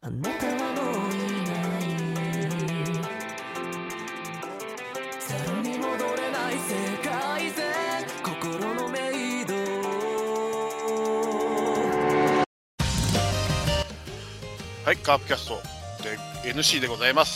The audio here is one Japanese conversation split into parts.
あなたはもういないゼロに戻れない世界線心のメイド。 はい、カープキャストで NC でございます。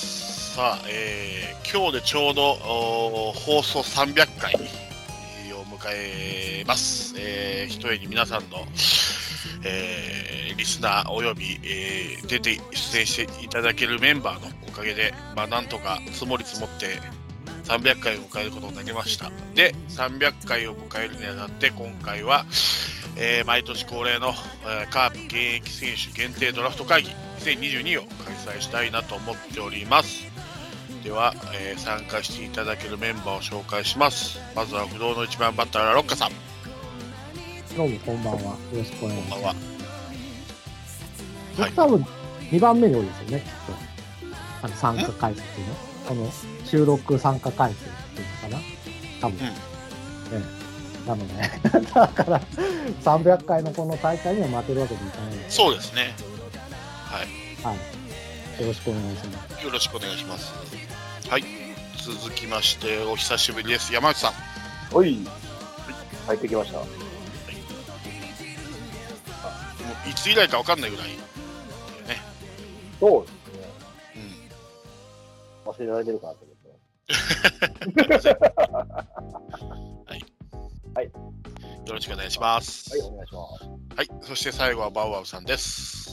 さあ、今日でちょうど放送300回を迎えます。ひとえに皆さんの、リスナーおよび、出て出演していただけるメンバーのおかげで、なんとか積もり積もって300回を迎えることになりました。で、300回を迎えるにあたって今回は、毎年恒例の、カープ現役選手限定ドラフト会議2022を開催したいなと思っております。では、参加していただけるメンバーを紹介します。まずは不動の1番バッターロッカさん。 どうもこんばんは。よろしくお願いします。 こんばんは。 僕多分2番目に多いですよね、きっと。参加回数っていうの。この収録参加回数っていうのかな。多分。なので、だから300回のこの大会には負けるわけにいかないので。 そうですね。はい。 はい。よろしくお願いします。 よろしくお願いします。はい。続きましてお久しぶりです。山内さん。 おい。入ってきました。 もういつ以来か分かんないぐらい、ね。 そうですね。忘れられてるかなと思って。 はい。 はい。 よろしくお願いします。 はい、お願いします。 はい。そして最後はバウアウさんです。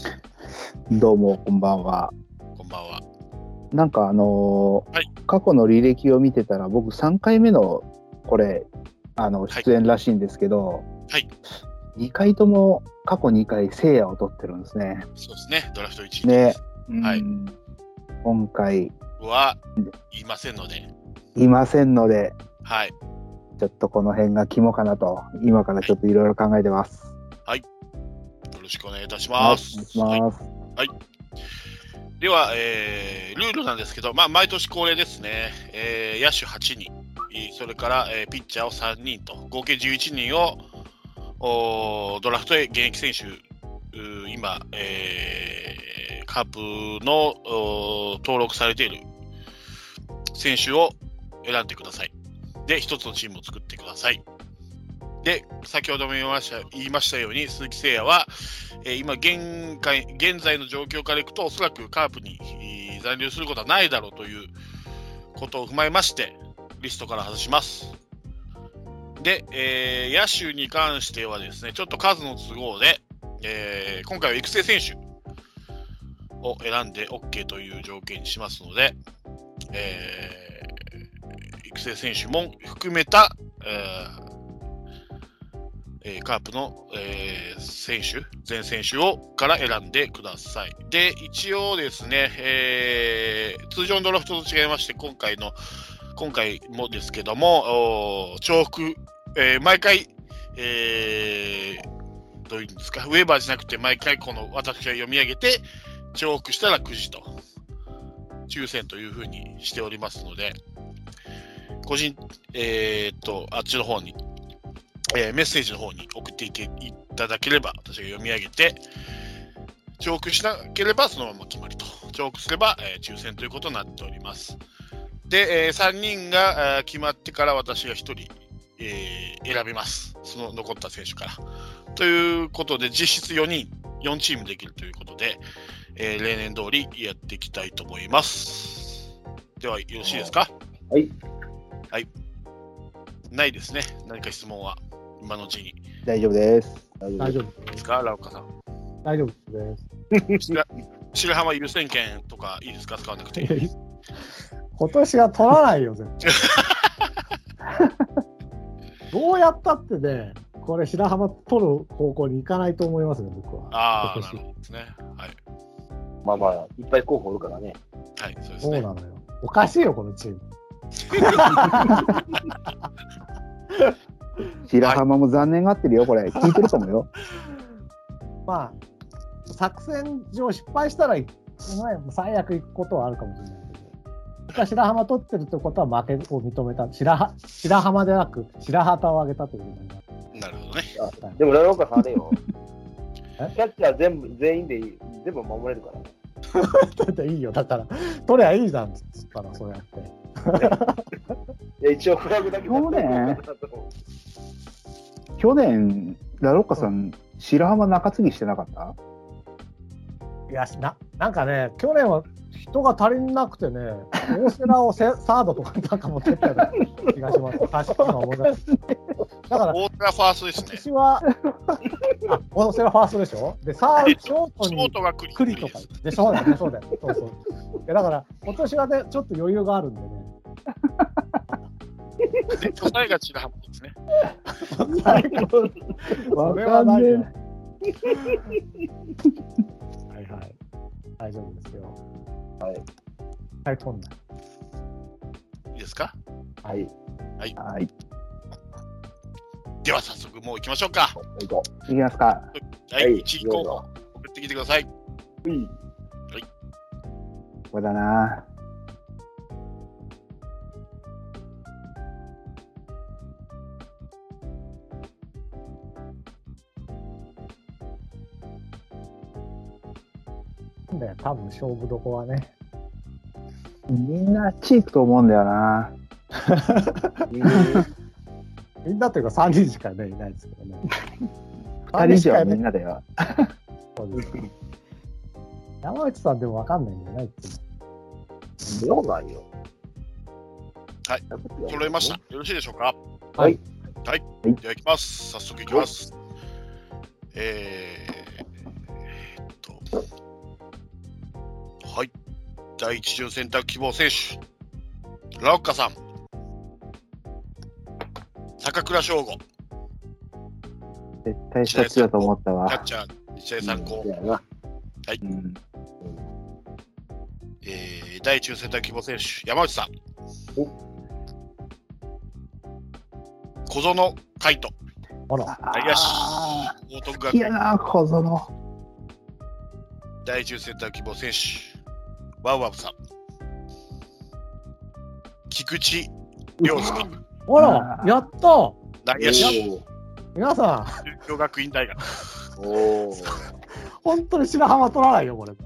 どうもこんばんは。 こんばんは。 なんかはい、 過去の履歴を見てたら僕3回目のこれ出演らしいんですけど、 はい。 2回とも過去2回聖夜を取ってるんですね。 そうですね。ドラフト1位ね。 はい。 今回はいませんので。 いませんので、 はい。 ちょっとこの辺が肝かなと今からちょっといろいろ考えてます。 はい。よろしくお願いいたします。 お願いします。 はい。では、ルールなんですけど、毎年恒例ですね。野手8人、それから、ピッチャーを3人と合計11人をドラフトへ現役選手今、カープの登録されている選手を選んでください。で、一つのチームを作ってください。で、先ほども言いましたように、鈴木誠也は、今現在の状況からいくと、おそらくカープに残留することはないだろうということを踏まえまして、リストから外します。で、野手に関してはですね、ちょっと数の都合で、今回は育成選手を選んで OK という条件にしますので、育成選手も含めた、カープの、全選手から選んでください。で、一応ですね、通常のドラフトと違いまして、今回もですけども、重複、毎回、どういうんですか、ウェーバーじゃなくて、毎回私が読み上げて、重複したらくじと、抽選というふうにしておりますので、個人、あっちの方に、メッセージの方に送っていただければ私が読み上げて、重複しなければそのまま決まりと、重複すれば、抽選ということになっております。で、3人が決まってから私が1人、選びます。その残った選手からということで、実質4チームできるということで、例年通りやっていきたいと思います。ではよろしいですか？ はい。 はい。ないですね。何か質問は今のうちに。 大丈夫です。 大丈夫ですか、ラオカさん。 大丈夫です。 白浜優先権とかいいですか？使わなくて。 今年は取らないよ、絶対。どうやったってね、これ白浜取る方向に行かないと思いますね、僕は。 なるほどですね。はい。 いっぱい候補おるからね。 はい、そうですね。 そうなのよ。おかしいよ、このチーム。 白浜も残念がってるよ、これ。聞いてるかもよ。 作戦上失敗したら、最悪行くことはあるかもしれないけど、白浜取ってるってことは負けを認めた。白浜でなく、白旗を上げたということになる。 なるほどね。 でも、ラローカさんあれよ。キャッチャー全員で全部守れるからね。 だっていいよ。だから、取りゃいいじゃんっつったら、そうやって。 いや、一応フラグだけ去年、ラロッカさん、白浜中継ぎしてなかった？ いや、なんかね、去年は人が足りなくてね、大瀬良をサードとかなんか持ってったような気がします。確かに思い出す。だから、 大瀬良ファーストですね。 私は、大瀬良ファーストでしょ。で、ショートにが栗とか。で、そうだよね、そうだよね。そうそう。いやだから、今年はね、ちょっと余裕があるんでね。 答えが白浜ですね。 最高。それはないよ。はいはい。大丈夫ですよ。 はい。 はい、飛んだ。 いいですか？ はい。 はい。 はい。 では早速もう行きましょうか。 行きますか。 はい、1位候補送ってきてください。 ここだな。 なんだよ、多分勝負どこはね。 みんなチークと思うんだよな。 みんなというか3人しかね、いないですけどね。 2人以上はみんなだよ。 そうです。山内さんでも分かんないんじゃないってそうなんよ。 はい。揃えました。よろしいでしょうか？ はい。 はい。では行きます。早速行きます。はい。第一巡選択希望選手。ラロッカさん。坂倉翔吾。 絶対そっちだと思ったわ。 キャッチャー、日大三高。はい。第一巡選択希望選手。山内さん。小園海斗。 あら。 内野手。報徳学園。 いやな、小園。 第一巡選択希望選手。ワウワウさん。菊池涼介。 あら、やった。 内野手。 皆さん。 中京学院大学。 本当に白浜取らないよ、これ。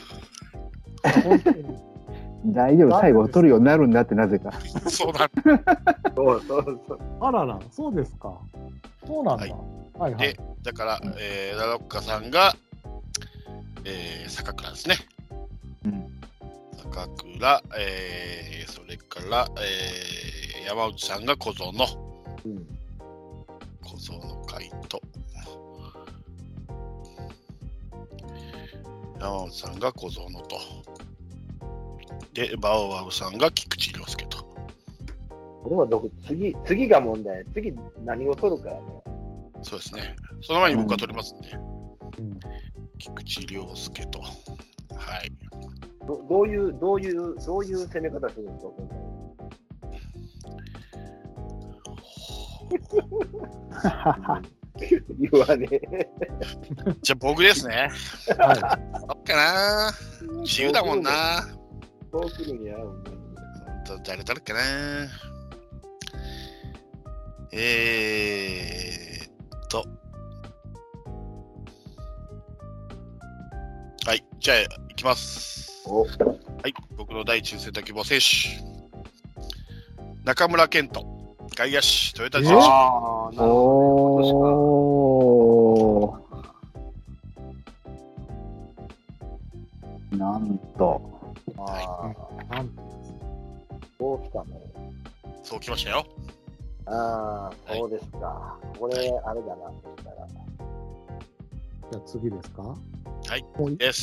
大丈夫、最後取るようになるんだって、なぜか。 そうだ。 あらら、そうですか。そうなんだ。はいはい。 で、だから、ラロッカさんが、坂倉ですね。坂倉、それから、山内さんが小園。小園海斗。山内さんが小園と。で、バオワウさんが菊池涼介と。 これは次が問題。次何を取るかね。 そうですね。その前に僕は取りますんで。菊池涼介と。はい。 どういう攻め方するんですか、今回。言わねえ。 じゃあ僕ですね。はい。そっかな。自由だもんな。 そうするに合うね。 誰かな。はい、じゃあ行きます。はい、僕の第一選択希望選手。中村健人、外野手、トヨタ自動車。 なんと。 そうきたね。 そうきましたよ。 そうですか。これ、あれだな、そしたら。 じゃあ次ですか？ はい、です。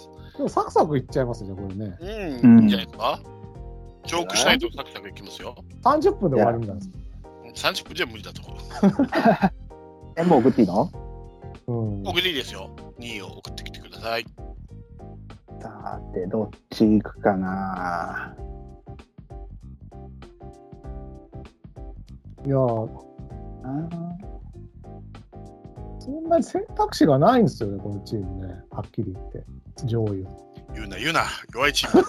でもサクサクいっちゃいますね、これね。 いいんじゃないですか？チョークしないとサクサクいきますよ。 30分で終わるんだ。 30分じゃ無理だと思う。もう送っていいの？ 送っていいですよ。2位を送ってきてください。 さて、どっち行くかな。 いやそんなに選択肢がないんですよね、このチームね。はっきり言って。上位は。 言うな。弱いチーム。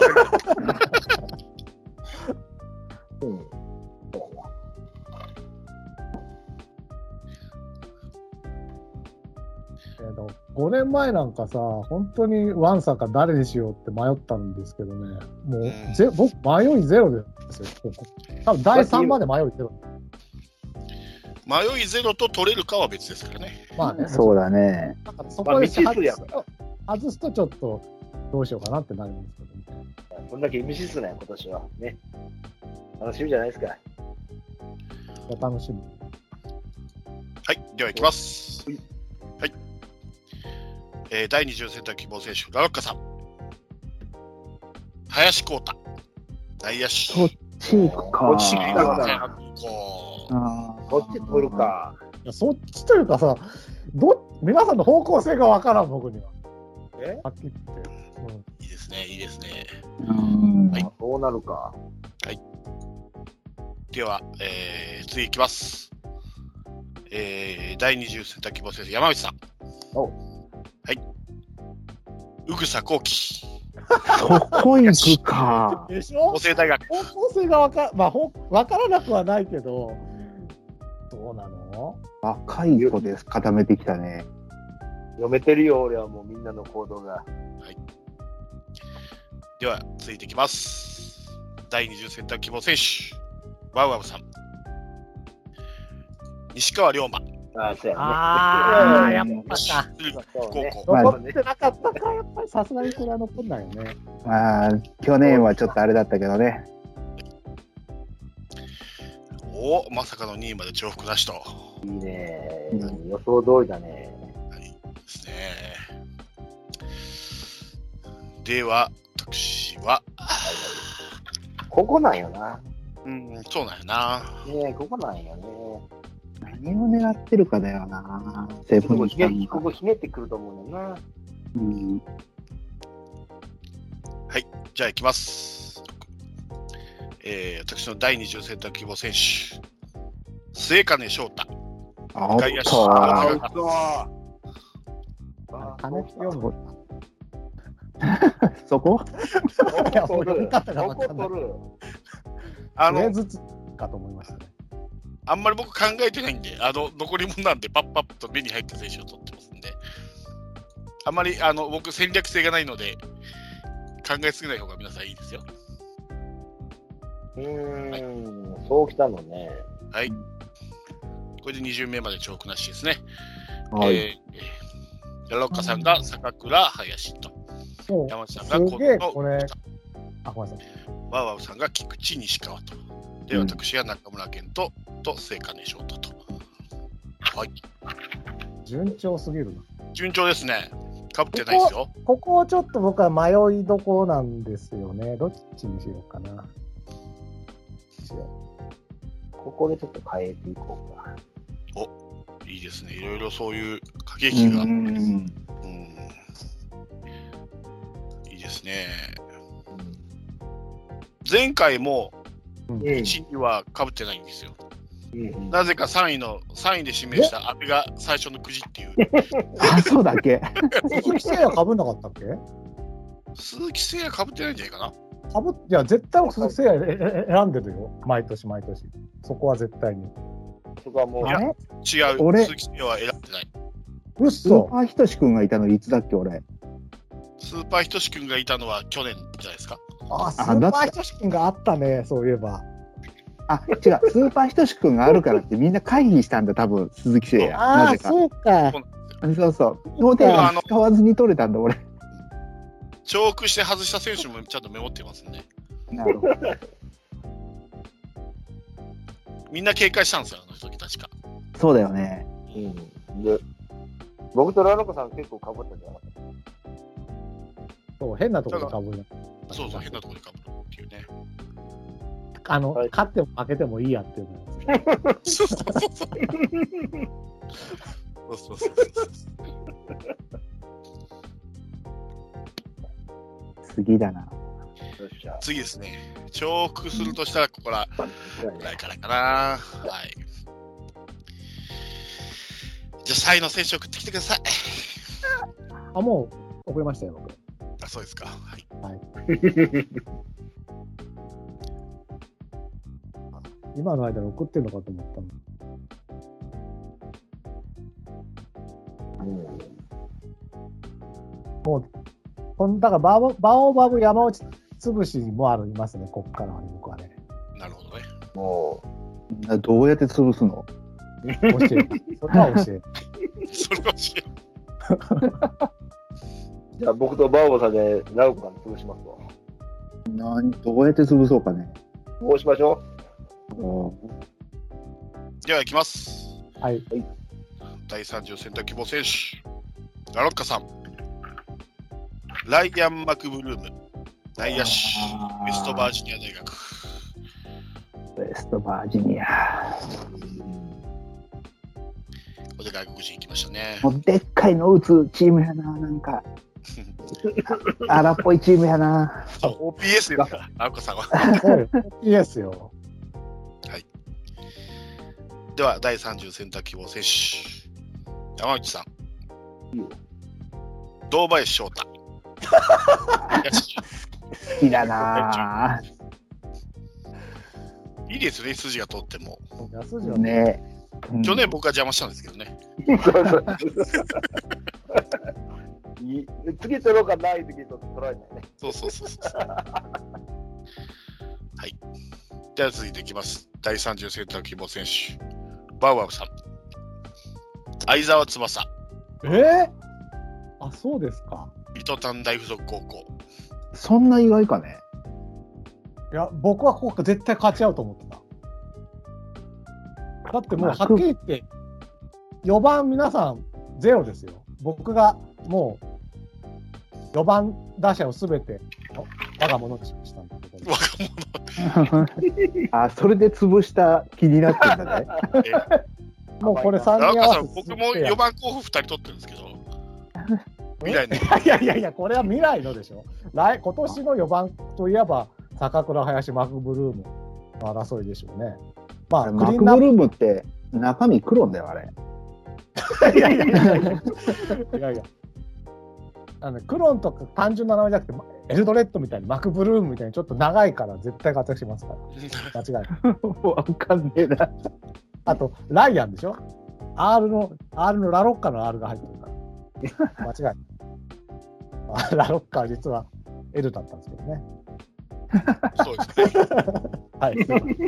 5 5年前なんかさ、本当にワンサか誰にしようって迷ったんですけどね、もう、僕、迷いゼロですよ、ここ。多分第3まで迷いゼロ。 迷いゼロと取れるかは別ですからね。 まあね、 そうだね。 なんかそこでまあ未知数や外すとちょっとどうしようかなってなるんですけどね。 そんだけ未知数なんや、今年は。ね。楽しみじゃないですか。 楽しみ。 はい、では行きます。はい。第20選択希望選手、ラロッカさん。林光太。内野手。 そっち行くか。 こっち行ったかな。こっち取るか。 いやそっちというかさ、皆さんの方向性がわからん、僕には。はっきり言って。 いいですね、いいですね。 はい。 そうなるか。 はい。では、次いきます。第20選択希望選手、山内さん。はい。宇草幸輝。 そこ行くか。 でしょ？ 法政大学。 方向性がわからなくはないけど、どうなの？ 若い子です。固めてきたね。 読めてるよ、俺はもうみんなの行動が。 はい。では、続いていきます。第20選択希望選手、ワウワウさん。西川龍馬。 ああ、そうやね。 ああ、やっぱか。 高校。 残ってなかったか、やっぱりさすがにこれは残んないよね。 まあ、去年はちょっとあれだったけどね。 まさかの2位まで重複なしと。 いいね。予想通りだね。 はい。ですね。では、私は。 ここなんよな。 そうなんやな。 ねここなんよね。 何を狙ってるかだよな。セブンさんここひねってくると思うんだよな。 はい、じゃあ行きます。私の第20選択希望選手、末金翔太。外野手。 金って読む。 そこ？ いや、もう読み方が分かんない。ずつかと思いましたね。 あんまり僕考えてないんで、残り物なんでパッパッと目に入った選手を取ってますんで、あんまり僕戦略性がないので考えすぎない方が皆さんいいですよ。 そうきたのね。 はい。これで20名まで重複なしですね。 はい。 ラロッカさんが坂倉林と、山内さんがこれ、ごめんなさい。 ワウワウさんが菊池西川と。で、私が中村健人と末金翔太と。はい。 順調すぎるな。 順調ですね。かぶってないですよ。 ここちょっと僕は迷いどころなんですよね。どっちにしようかな。 ここでちょっと変えていこうか。 いいですね。いろいろそういう駆け引きがあって。いいですね。前回も1位はかぶってないんですよ。なぜか3位で指名した阿部が最初のくじっていう。 あ、そうだっけ。 鈴木誠也かぶんなかったっけ？ 鈴木誠也かぶってないんじゃないかな。 いや、絶対鈴木誠也選んでるよ。毎年毎年。そこは絶対に。 そこはもう。 いや、違う。鈴木誠也は選んでない。 スーパーひとし君がいたのいつだっけ、俺。 スーパーひとし君がいたのは去年じゃないですか。 スーパーひとし君があったね、そういえば。 違う、スーパーひとし君があるからってみんな会議したんだ、多分鈴木誠也。なぜか。 そうか。 そうそう。ノーテーマ使わずに取れたんだ、俺。 チョークして外した選手もちゃんとメモってますね。 なるほど。 みんな警戒したんですよ、あの時確か。 そうだよね。 で、僕とラロコさん結構かぶったんじゃなかった。 そう、変なところでかぶる。 そう、変なところでかぶるっていうね。 勝っても負けてもいいやっていうの。 そう。 次だな。 次ですね。重複するとしたらここらぐらいからかな。はい。じゃあ3位の選手送ってきてください。 もう送りましたよ、僕。 そうですか。はい。 今の間に送ってるのかと思ったの。 だからバオバブ山内潰しもありますね、こっからはね、僕はね。 なるほどね。 もどうやって潰すの？ 教える。それは教える。 それはしう、じゃあ僕とバオバさんでラウコさん潰しますわ。 どうやって潰そうかね。 こうしましょでは行きます。 はい。 第30選択希望選手、ラロッカさん、ライアン・マクブルーム、内野手、ウェストバージニア大学。 ウェストバージニア。 ここで外国人行きましたね。 もうでっかいの打つチームやな、なんか。荒っぽいチームやな。 OPS ですから、ラロッカさんは。 いいですよ。 では、第30選択希望選手、山内さん、堂林翔太。 好きだな。 いいですね、筋が通っても。 安じゃね。 去年僕が邪魔したんですけどね。 次取ろうかない次と取られないね。 そう。はい。では続いていきます。第30選択希望選手、バウアーさん、相沢翼、 あ、そうですか。 水戸短大附属高校。 そんな意外かね。 いや、僕はここ絶対勝ち合うと思ってた。だってもうはっきり言って、4番皆さんゼロですよ。僕がもう4番打者をすべて我が物にしましたんだけど。 あ、それで潰した気になってんだね。 もうこれ3人合わせて。 僕も4番候補2人取ってるんですけど、未来の。 いや、これは未来のでしょ。今年の4番といえば、坂倉、林、マクブルームの争いでしょうね。まあ、 マクブルームって中身クロンだよ、あれ。 いや。クロンとか単純な名前じゃなくて、エルドレッドみたいに、マクブルームみたいにちょっと長いから絶対活躍しますから。間違いない。 わかんねえな。 あと、ライアンでしょ ?R のラロッカの R が入ってるから。間違いない。ラロッカは実は L だったんですけどね。 そうですね。 はい。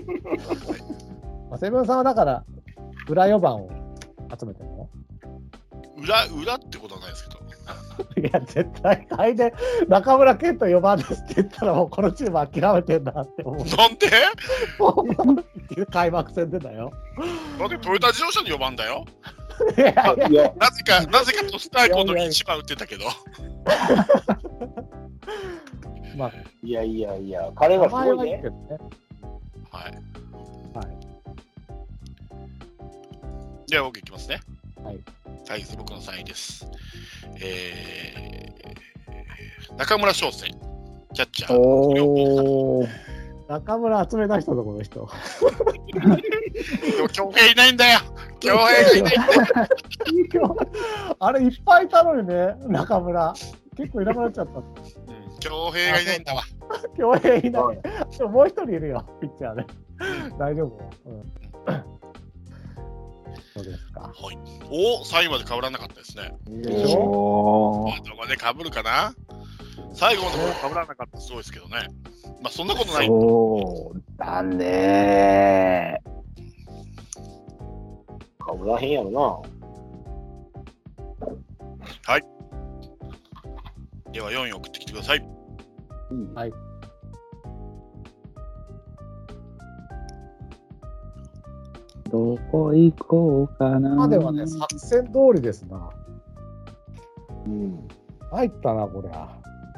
セブンさんはだから、裏4番を集めてるの？ 裏ってことはないですけど。 いや、絶対、買いで中村健人4番ですって言ったら、もうこのチーム諦めてんだって思う。 なんで開幕戦でだよ。 だってトヨタ自動車の4番だよ。 いやいやなぜかとスターコの1番打ってたけど。 まあ、 いや、彼はすごいね。 はい。 はい。 では僕いきますね。 はい。 はい、僕の3位です。中村翔成、キャッチャー。 おー。 中村集めた人だ、この人。 恭平いないんだよ。恭平がいないんだよ。 あれ、いっぱいいたのにね、中村。結構いなくなっちゃった。 恭平がいないんだわ。 恭平いない。でももう一人いるよ、ピッチャーね。大丈夫。そうですか。 はい。3位まで被らなかったですね。 でしょ？ おー。 どこで被るかな？最後のところ被らなかったらすごいですけどね。まあそんなことない。 そうだね。 かぶらへんやろな。 はい。では4位送ってきてください。 はい。 どこ行こうかな。 まあではね、作戦通りですな。入ったな、こりゃ。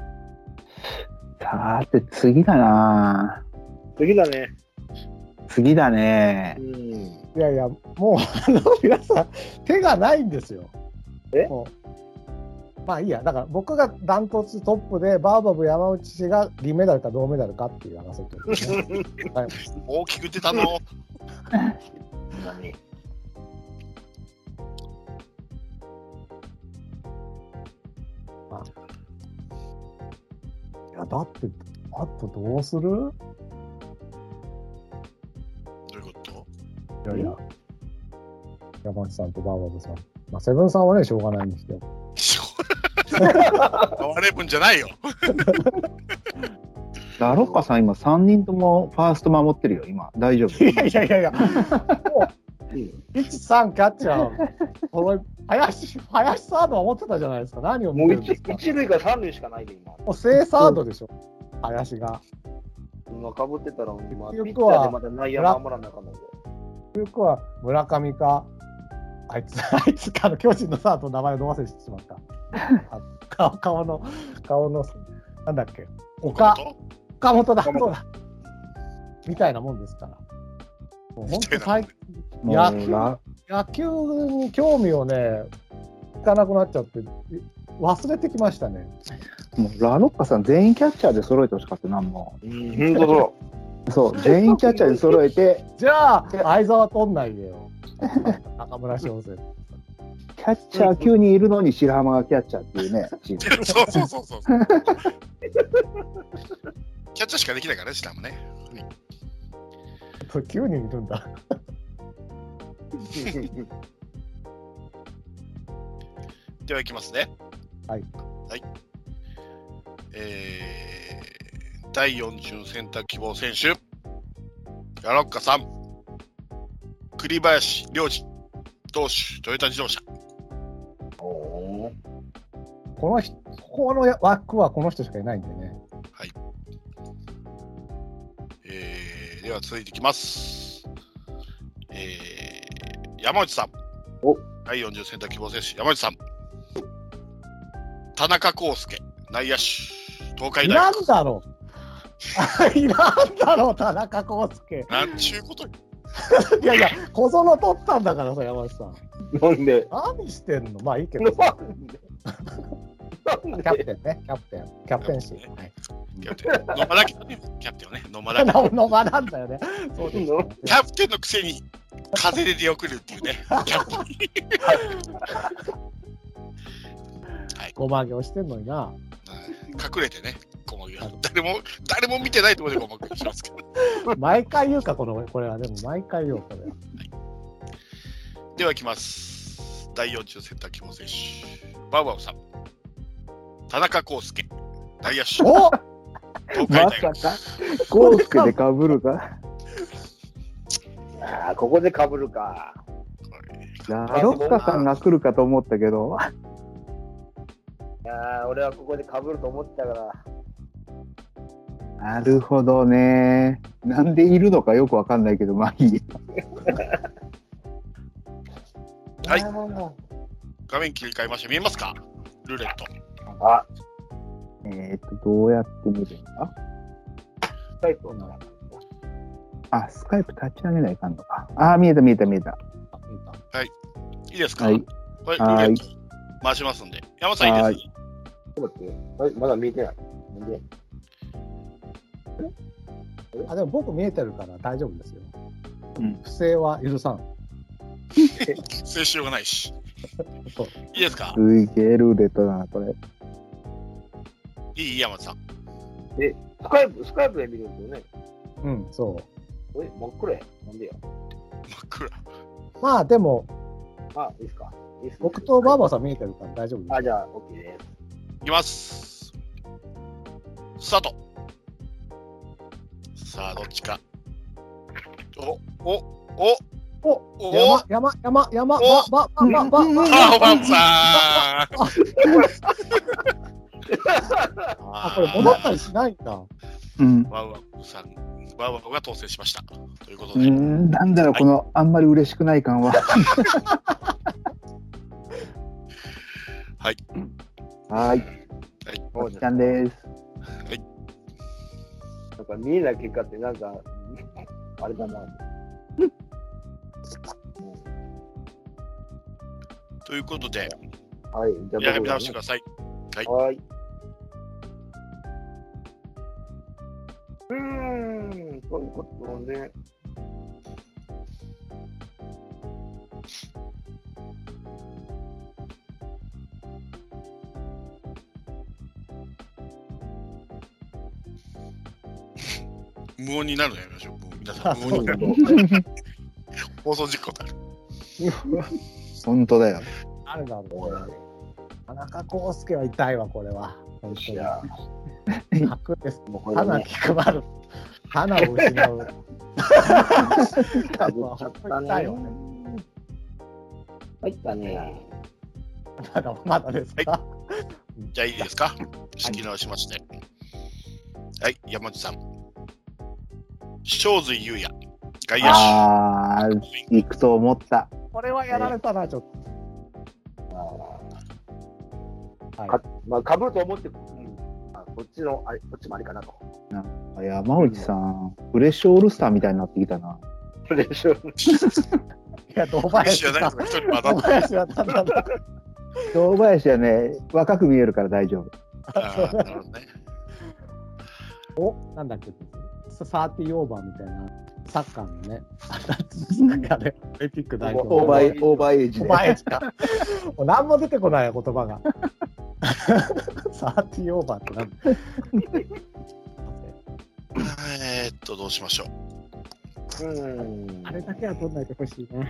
さて、次だな。 次だね。 次だね。 いやいや、もう、皆さん、手がないんですよ。もうまあいいや、だから僕がダントツトップで、バーバブ山内氏が銀メダルか銅メダルかっていう争いとですね。はい、 大きく出たの。 何？ いや、だって、あとどうする？ どういうこと？ いやいや、山内さんとバーバブさん。まあ、セブンさんはね、しょうがないんですけど。 哀れ分じゃないよ。 ラロッカさん今3人ともファースト守ってるよ、今。大丈夫。 いやいやいやいや。もう1、3キャッチャー。これ林サードは持ってたじゃないですか。何をもう見てるんですか。 一塁から三塁しかないで、今。 もう正サードでしょ。林が。 今かぶってたら、今、ピッチ結局はャーでまた内野守らなあかんので。 結局は村上か、あいつかの巨人のサードの名前を飲ませてしまった。顔の、なんだっけ、岡本だ、そうだ。みたいなもんですから。もう本当最もう野球に興味をね、いかなくなっちゃって、忘れてきましたね。 もうラロッカさん全員キャッチャーで揃えてほしかったな、も本当そう。 う。そう、全員キャッチャーで揃えて、 じゃあ、相沢取んないでよ。中村翔成。 キャッチャー9人いるのに白浜がキャッチャーっていうね、チーム。 そう。キャッチャーしかできないからね、下もね。 9人いるんだ。 では、いきますね。 はい。 第4巡選択希望選手、ラロッカさん、栗林良二投手、トヨタ自動車。 この枠はこの人しかいないんでね。 はい。では続いていきます。山内さん。第40選択希望選手、山内さん。田中康介、内野手、東海大学。 いらんだろう。いらんだろう、田中康介。 なんちゅうこといやいや、小園取ったんだからさ、山内さん。 なんで何してんの。まあいいけど。キャプテンね、キャプテンシー。はい。 キャプテン。野間だけどね、キャプテンはね、野間だけど。 野間なんだよね。そうですよね。 キャプテンのくせに風で出送るっていうね。キャプテン。はい。 ごま行してんのにな。 隠れてね、ごま行。誰も見てないところでごま行しますけど。 毎回言うか、これは。でも毎回言おう、これは。 では、いきます。第40選択希望選手、バウバウさん。田中康介、内野手。 お東海ま大学。 さか、コースケでかぶるか。 ああ、ここでかぶるか。 ラロッカさんが来るかと思ったけど。 いやー、俺はここでかぶると思ってたから。 なるほどね。なんでいるのかよくわかんないけど、まあいい。 はい。画面切り替えまして、見えますか？ルーレット。 あ、 どうやって見るんだ？ スカイプをな。 あ、スカイプ立ち上げないかんのか。あ、見えた。 いいですか？ はい。 これ、ルーレット回しますんで。山さんいいですちょっと待って。はい、まだ見えてない。なんででも僕見えてるから大丈夫ですよ。 うん不正は許さん。 静止がないし。いいですか？ すげえルーレットだな、これ。 いい山さん。 スカイプで見るんですよね。 うん、そう。 真っ暗や。なんでや。 真っ暗。 まあでも、 あ、いいですか。いいっすね僕とバーバーさん見えてるから大丈夫です。 あ、じゃあ、OK です。 いきます。スタート。さあ、どっちか。 山、 バウさん。 これ戻ったりしないんだ。 うん。 バウさん、バウが当選しました。ということで。 なんだろう、このあんまり嬉しくない感は。 はい。 はい。おっちゃんです。 なんか見えない結果ってなんか、あれだな。 ということで、 はい。じゃあ、 見直してください。 はい。そういうことね。 無音になるのやめましょう。もう皆さん、無音になる。放送事故だ。 本当だよ。 誰だろう。 中康介は痛いわ、これは。 いや、 白です。 もうこれ花ね、 菊丸。花を失う。痛いわね。 入ったね。 まだですか。 じゃあいいですか。仕切り直しまして。はい、山内さん。正髄優也。外野手。 あー、行くと思った。 これはやられたな、ちょっと。はい。 まあ、かぶると思って、こっちの、こっちもありかなと。 山内さん、フレッシュオールスターみたいになってきたな。 それでしょ。 いや、堂林知らないさん。 ですか、一人まだ。 堂林はなんだろう。 堂林はね、若く見えるから大丈夫。 なるほどね。 なんだっけ、30オーバーみたいなサッカーのね、あれ、オリンピック代表。 オーバーエイジで。 オーバーエイジか。もう何も出てこないよ、言葉が。30オーバーってなんだ。 どうしましょう。 あれだけは取んないでほしいね。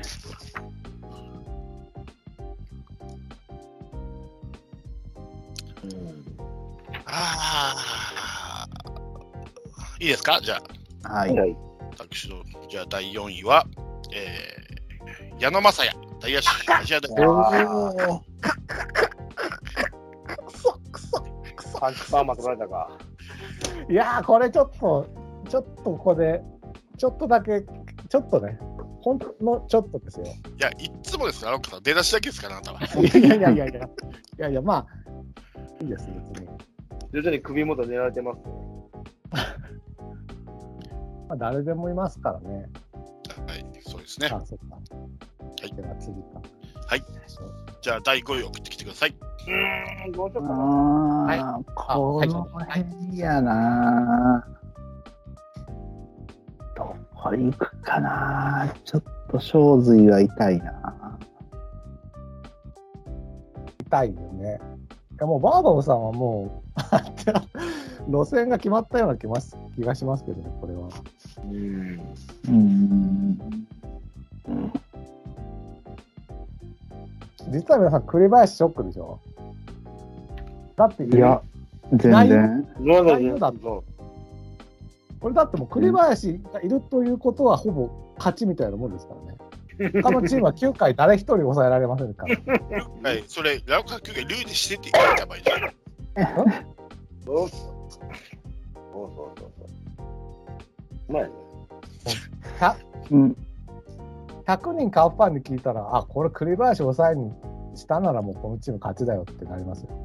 いいですか、じゃあ。 はい。 私の、じゃあ第4位は、矢野雅也、大野手、アジア大おー。 パンチパーマ取られたか。 いやー、これちょっとここで、ちょっとだけ、ちょっとね、ほんのちょっとですよ。 いや、いつもですから、さん、出だしだけですから、あなたは。 いや、まあ、いいです、別に。 徐々に首元狙われてますね。 まあ、誰でもいますからね。 はい、そうですね。 あ、そっか。 はい。 では次か。 はい。じゃあ、第5位を送ってきてください。 どうしようかな。 はいこの辺やな。どこ行くかな。ちょっと正髄は痛いな。 痛いよね。いやもうバーバブさんはもう路線が決まったような気がしますけどね、これは。実は皆さん、栗林ショックでしょ。だって、 いや、全然。 これだってもう栗林がいるということはほぼ勝ちみたいなもんですからね。他のチームは9回誰一人抑えられませんから。 はい、それ、ラウカ9回ルールしてって言われた場合じゃない。 そう。まあ、 100人カープファンに聞いたら、あ、これ栗林抑えにしたならもうこのチーム勝ちだよってなりますよ。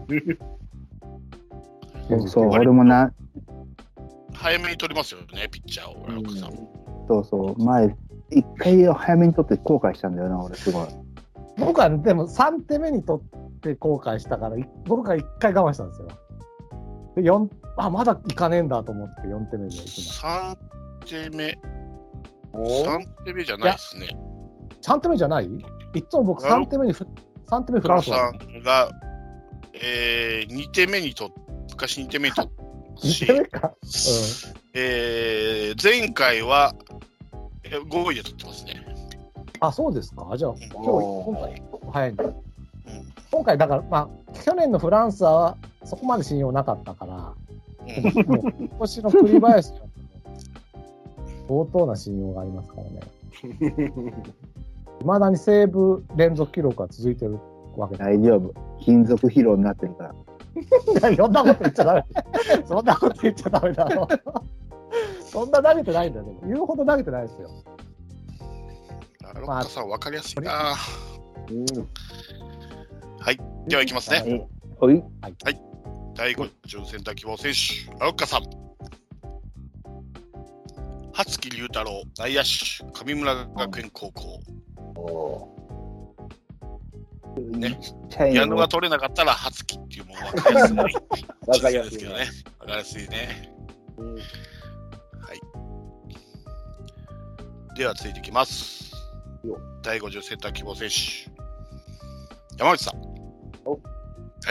そう、俺も早めに取りますよね、ピッチャーを、ラウカさん。 そう、前、1回早めに取って後悔したんだよな、俺、すごい。 僕はでも3手目に取って後悔したから、僕が1回我慢したんですよ。でまだいかねえんだと思って4手目で行きました。 3手目じゃないですね。 3手目じゃない？いつも僕3手目振らすわ。 さんが、2手目に取っ昔2手目に取ったし、 2手目か、 前回は5位で取ってますね。 あ、そうですか。じゃあ、今回早いんだ。今回だから、まあ、去年のフランスはそこまで信用なかったから、もう今年の栗林は相当な信用がありますからね。いまだにセーブ連続記録が続いてるわけ大丈夫。金属疲労になってるから。 そんなこと言っちゃダメ。そんなこと言っちゃダメだろ。そんな投げてないんだよ。言うほど投げてないですよ。 ロッカさん、分かりやすいな。はい。では、いきますね。 はい。 第5巡センター希望選手、ロッカさん。羽月龍太郎、内野手、神村学園高校。ね、矢野が取れなかったら羽月っていうものは分かりやすい。分かりやすいけどね。分かりやすいね。はい。では続いていきます。第50センター希望選手、山内さん。はい。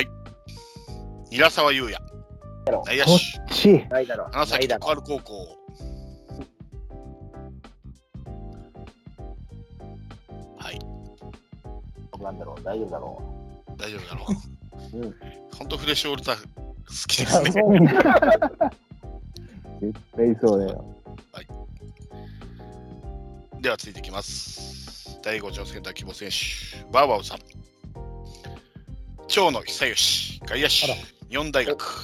韮沢優也、内野手、花咲徳栄高校。はい。 なんだろう、大丈夫だろう。 大丈夫だろ本当フレッシュオールター好きですね。 絶対そうだよ。 では続いていきます。第5条センター希望選手、バウバウさん。長野久義、外野手、日本大学。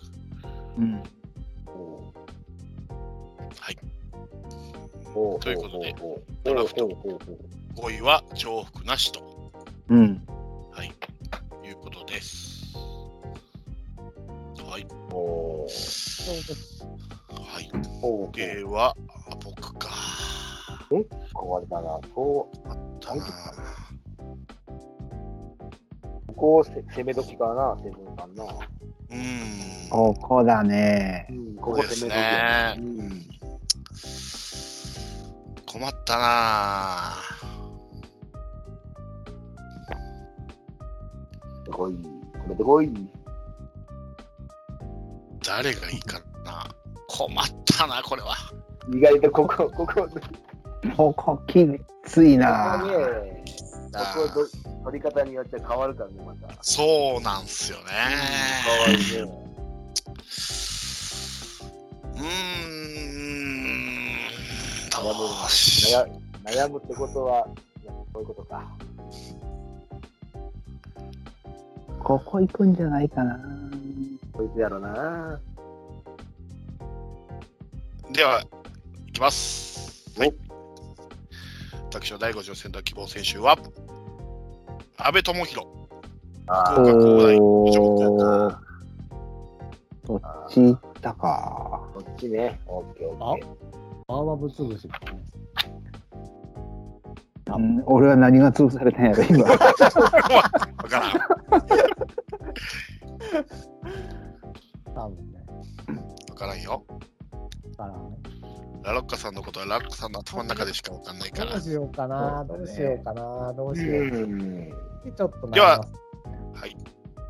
はい。ということで、ドラフト5位は重複なしと。はい。いうことです。はい。はい。では、僕か。 こわれたな。こあったな。 こ攻め時かな、セブンさんな。 ここだね。 ここ攻め時やね。 困ったな。 こい、止めてこい。 誰がいいかな。困ったな、これは。 意外とここきついな。 こ取り方によって変わるからね、また。 そうなんすよね。 変わるね。悩むってことは、そういうことか。 ここ行くんじゃないかな。 こいつやろな。 では、いきます。はい。私の第5条センター希望選手は、阿部智弘。福岡工大以上高校。 どっち行ったか。 こっちね。オッケーオッケー。 バーバブ潰し。 俺は何が潰されたんやろ、今。 わからん。 多分ね。 わからんよ。 わからんね。 ラロッカさんのことはラロッカさんの頭の中でしかわかんないから。 どうしようかな、どうしようかな、どうしよう。ちょっとでは、はい。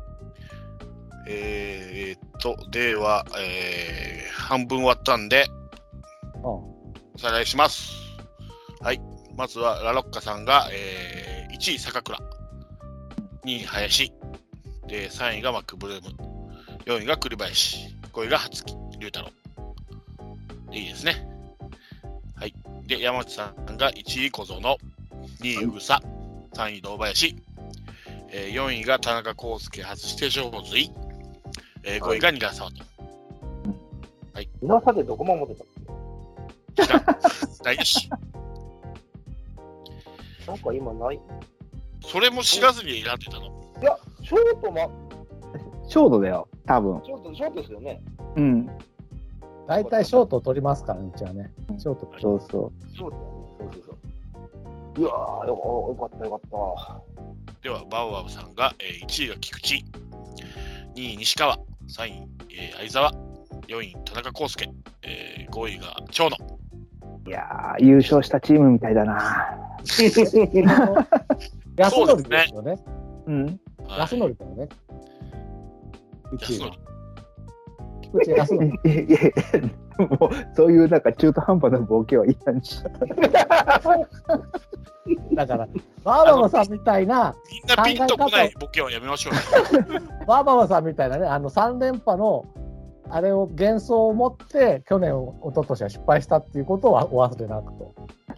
では、半分終わったんで、おさらいします。はい。まずは、ラロッカさんが、1位、坂倉。2位、林。で、3位がマックブルーム。4位が栗林。5位が初木龍太郎。でいいですね。はい。で、山内さんが1位、小園。2位、うぐさ。3位、堂林。4位が田中康介外して上水。5位が韮沢と。はい。 韮沢でどこも持ってたっけ？知らん。大丈夫。 なんか今ない。 それも知らずに選んでたの？ いや、ショートショートだよ、多分。 ショートですよね。 大体ショートを取りますから、うちはね。ショート。 そうそう。 ショートだね。そう。いやー、よかったよかった。 では、バウアウさんが、1位が菊池、2位西川、3位、相沢、4位田中康介、5位が長野。 いやー、優勝したチームみたいだな。 安則ですよね。安則だよね。 安則。 菊池安則。 もうそういうなんか中途半端なボケはいらんし。 だからバーバマさんみたいなみんなピンとこないボケはやめましょう。 バーバマさんみたいなね、3連覇のあれを幻想を持って去年一昨年は失敗したっていうことはお忘れなくと。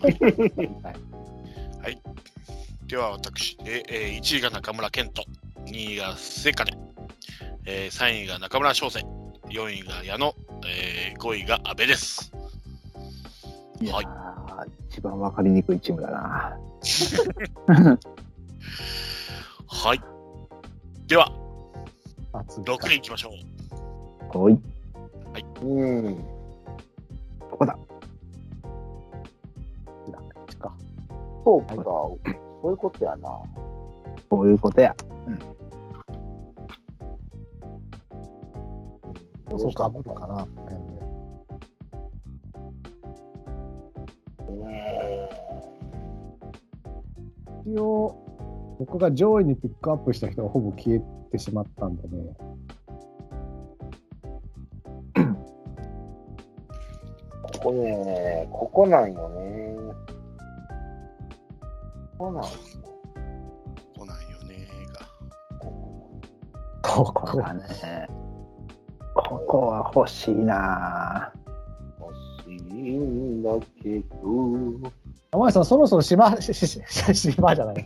はい。では私で、1位が中村健人、2位が末金、3位が中村翔成、4位が矢野、5位が阿部です。 はい。一番分かりにくいチームだな。 はい。では、6位いきましょう。 はい。 はい。 ここだ。 そうか、そういうことやな。 そういうことや。 そうかぶるかな。一応僕が上位にピックアップした人がほぼ消えてしまったんでね。 ここなんよね。ここなんよねが。 こここはね、ここは欲しいな。 欲しいんだけど。 山内さん、そろそろ島じゃない。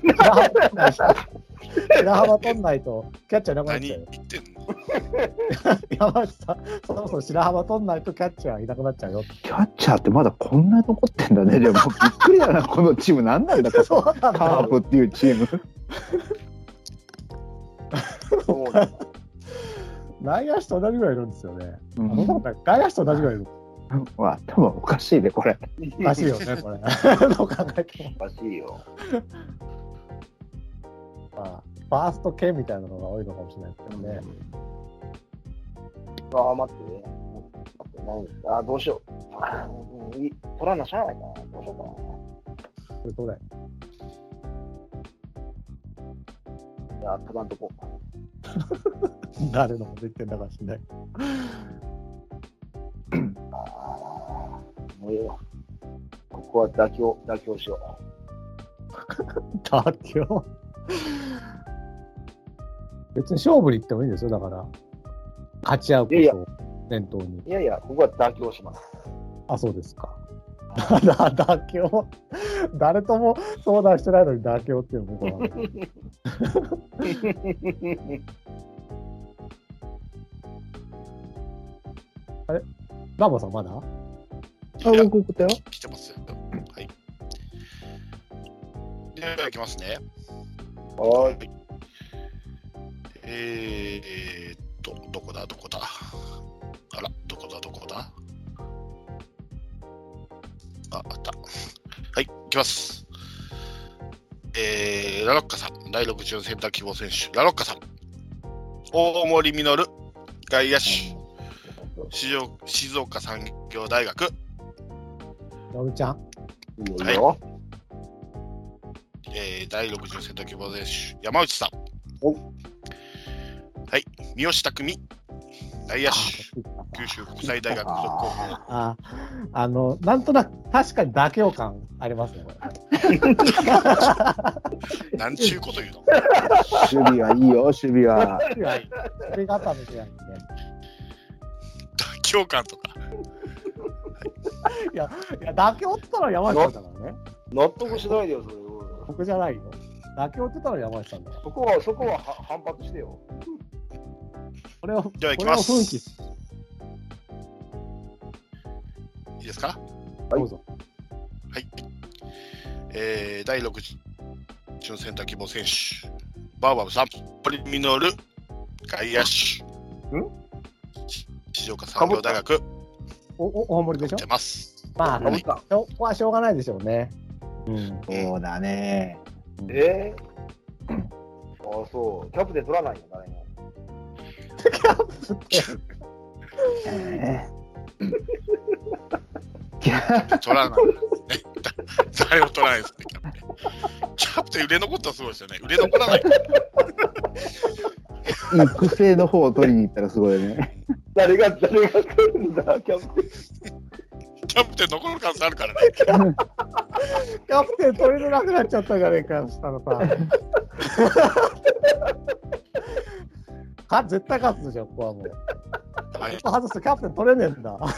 白浜取んないと、キャッチャーいなくなっ何ちゃうよ。 言ってんの？ 山内さん、そろそろ白浜取んないとキャッチャーいなくなっちゃうよ。 キャッチャーってまだこんなに残ってんだね。でもびっくりだな、このチーム。何なんだか、 そうなんだカープっていうチーム。 そうだ内野手と同じぐらいいるんですよね。 うんそんなことない。外野手と同じぐらいいる。 頭おかしいね、これ。 おかしいよね、これ。どう考えても。 おかしいよ。 まあ、ファースト系みたいなのが多いのかもしれないですけどね。 ああ、待ってね。待って、何ですか。あ、どうしよう。取らなしゃあないかな。どうしようかな。 それどれいや、取らんとこ。 誰のこと言ってんだかしない。 もういいわ。ここは妥協しよ妥協別に勝負に行ってもいいですよ、だから。勝ち合うことを念頭に。 う。いやいや、ここは妥協します。 あ、そうですか。妥協誰とも相談してないのに妥協っていうのもよくわかんないラボさんまだあ、僕送ったよ。 来てますよ。はい。では、いきますね。 はーい。 どこだあら、どこだあった。はい、いきます。ラロッカさん、第6巡センター希望選手、ラロッカさん、大森実、外野手、静岡産業大学、 のるちゃん。 いいよ。 第6巡センター希望選手、山内さん、 おはい、三好匠、内野手、九州国際大学附属高校。 なんとなく確かに妥協感ありますね、これ。 なんちゅうこと言うの？ 守備はいいよ、守備は。 ありがたみたいなね。 妥協感とか。 いや、妥協って言ったら山内さんだからね。 納得しないでよ、それ。 僕じゃないよ。妥協って言ったら山内さんだよ。 そこは反発してよ。 これをでは行きます。 奮起すいいですか？ どうぞ。 第6巡センター希望選手、バーバブさん、堀実、外野手、静岡産業大学、 大森でしょ出ます。 まあ、 はいここはしょうがないでしょうね。 そうだね。 あ、そう。キャプテン取らないよ、誰も。 取らない。誰も取らないですね、キャプテン売れ残ったらすごいですよね。売れ残らない。 育成の方を取りに行ったらすごいね。 誰が来るんだ、キャプテン。 キャプテン残る可能性あるからね。 キャプテン取れなくなっちゃったじゃねえかよ、したらさ。絶対勝つでしょ、ここはもう。 はい。 外すとキャプテン取れねえんだ。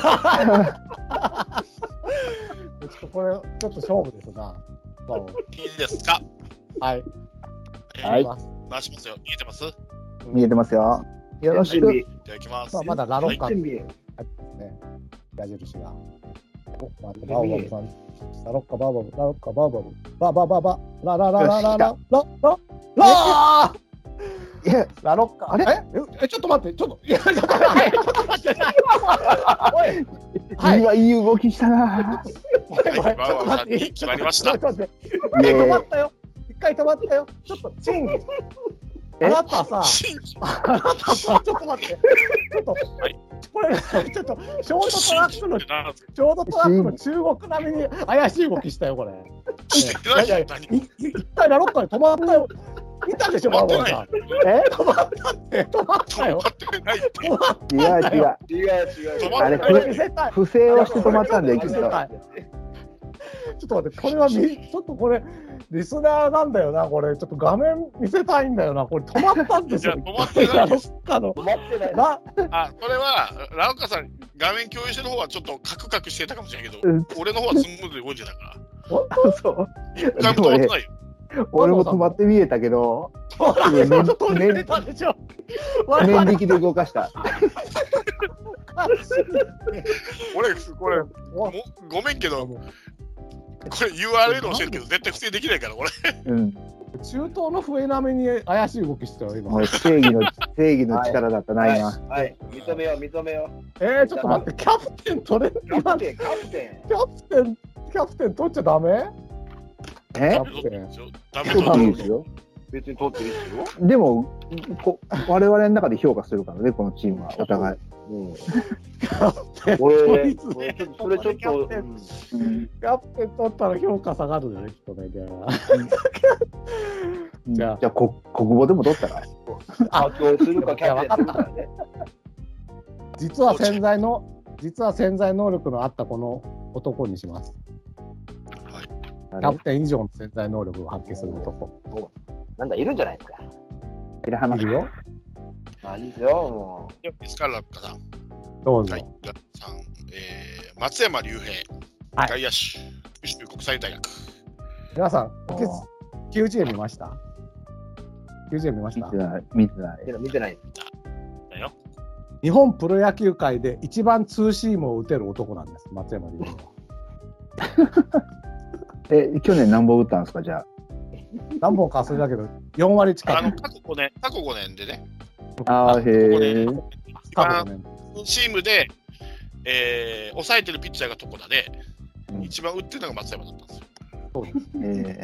これ、ちょっと勝負ですな。 いいですか？ はい。 はい回しますよ。見えてます？ 見えてますよ。よろしく。 では行きます。 まだラロッカ全部ね、矢印が。お、待って、バーバブさん。ラロッカ、バーバブ、ラロッカ、バーバブ。ラララララララララいや、 ラロッカ。 あれちょっと待って、ちょっと待って。おい。 今いい動きしたな。 はいバーバブさんに決まりました。 ちょっと待って。一回止まったよ。ちょっと、審議。あなたさ、ちょっと待って。これ、ちょっと、ショートトラックの中国並みに怪しい動きしたよ、これ。一回ラロッカで止まったよ。見たでしょ、バーバーさん。止まったよ。 違う。あれ、不正をして止まったんだよ、きっと。 ちょっと待って、これはちょっとこれ、 リスナーなんだよな、これ。ちょっと画面見せたいんだよな。これ止まったんですよ。 いや止まってないです。 止まってない。 これは、ラオカさん、画面共有してる方はちょっとカクカクしてたかもしれないけど、俺の方はスムーズに動いてたから。 そう。 一回も止まってないよ。 俺も止まって見えたけど、念力で動かした。 これ、ごめんけど、これ URL 教えるけど、絶対不正できないから、これ。 うん。 中東の笛なめに怪しい動きしてたよ、今。 正義の力だったな、今。 はい、認めよう。 ちょっと待って、キャプテン取れる？キャプテン取っちゃダメ？ ダメですよ。 別に取っていいですよ。 でも我々の中で評価するからね、このチームはお互い。 俺それちょっとキャプテン取ったら評価下がるよね、きっとね。 じゃあ国語でも取ったら。 発表するかキャプテンするかね。 実は潜在能力のあったこの男にします。キャプテン以上の潜在能力を発揮する男。 なんだ、いるんじゃないですか。 いるよ。 いいですよ、もう。 いいですか、ラッカさん。 どうぞ。 はい、ラッカさん、松山竜平、外野手、九州国際大学。 皆さん、90見ました？ 90見ました？ 見てない。 だよ。 日本プロ野球界で一番ツーシームを打てる男なんです、松山竜平は。 去年何本打ったんですか、じゃあ。 何本か忘れたけど、4割近く。 過去5年でね。 へぇ。チームで、抑えてるピッチャーが床田で、一番打ってるのが松山だったんですよ。 そうです。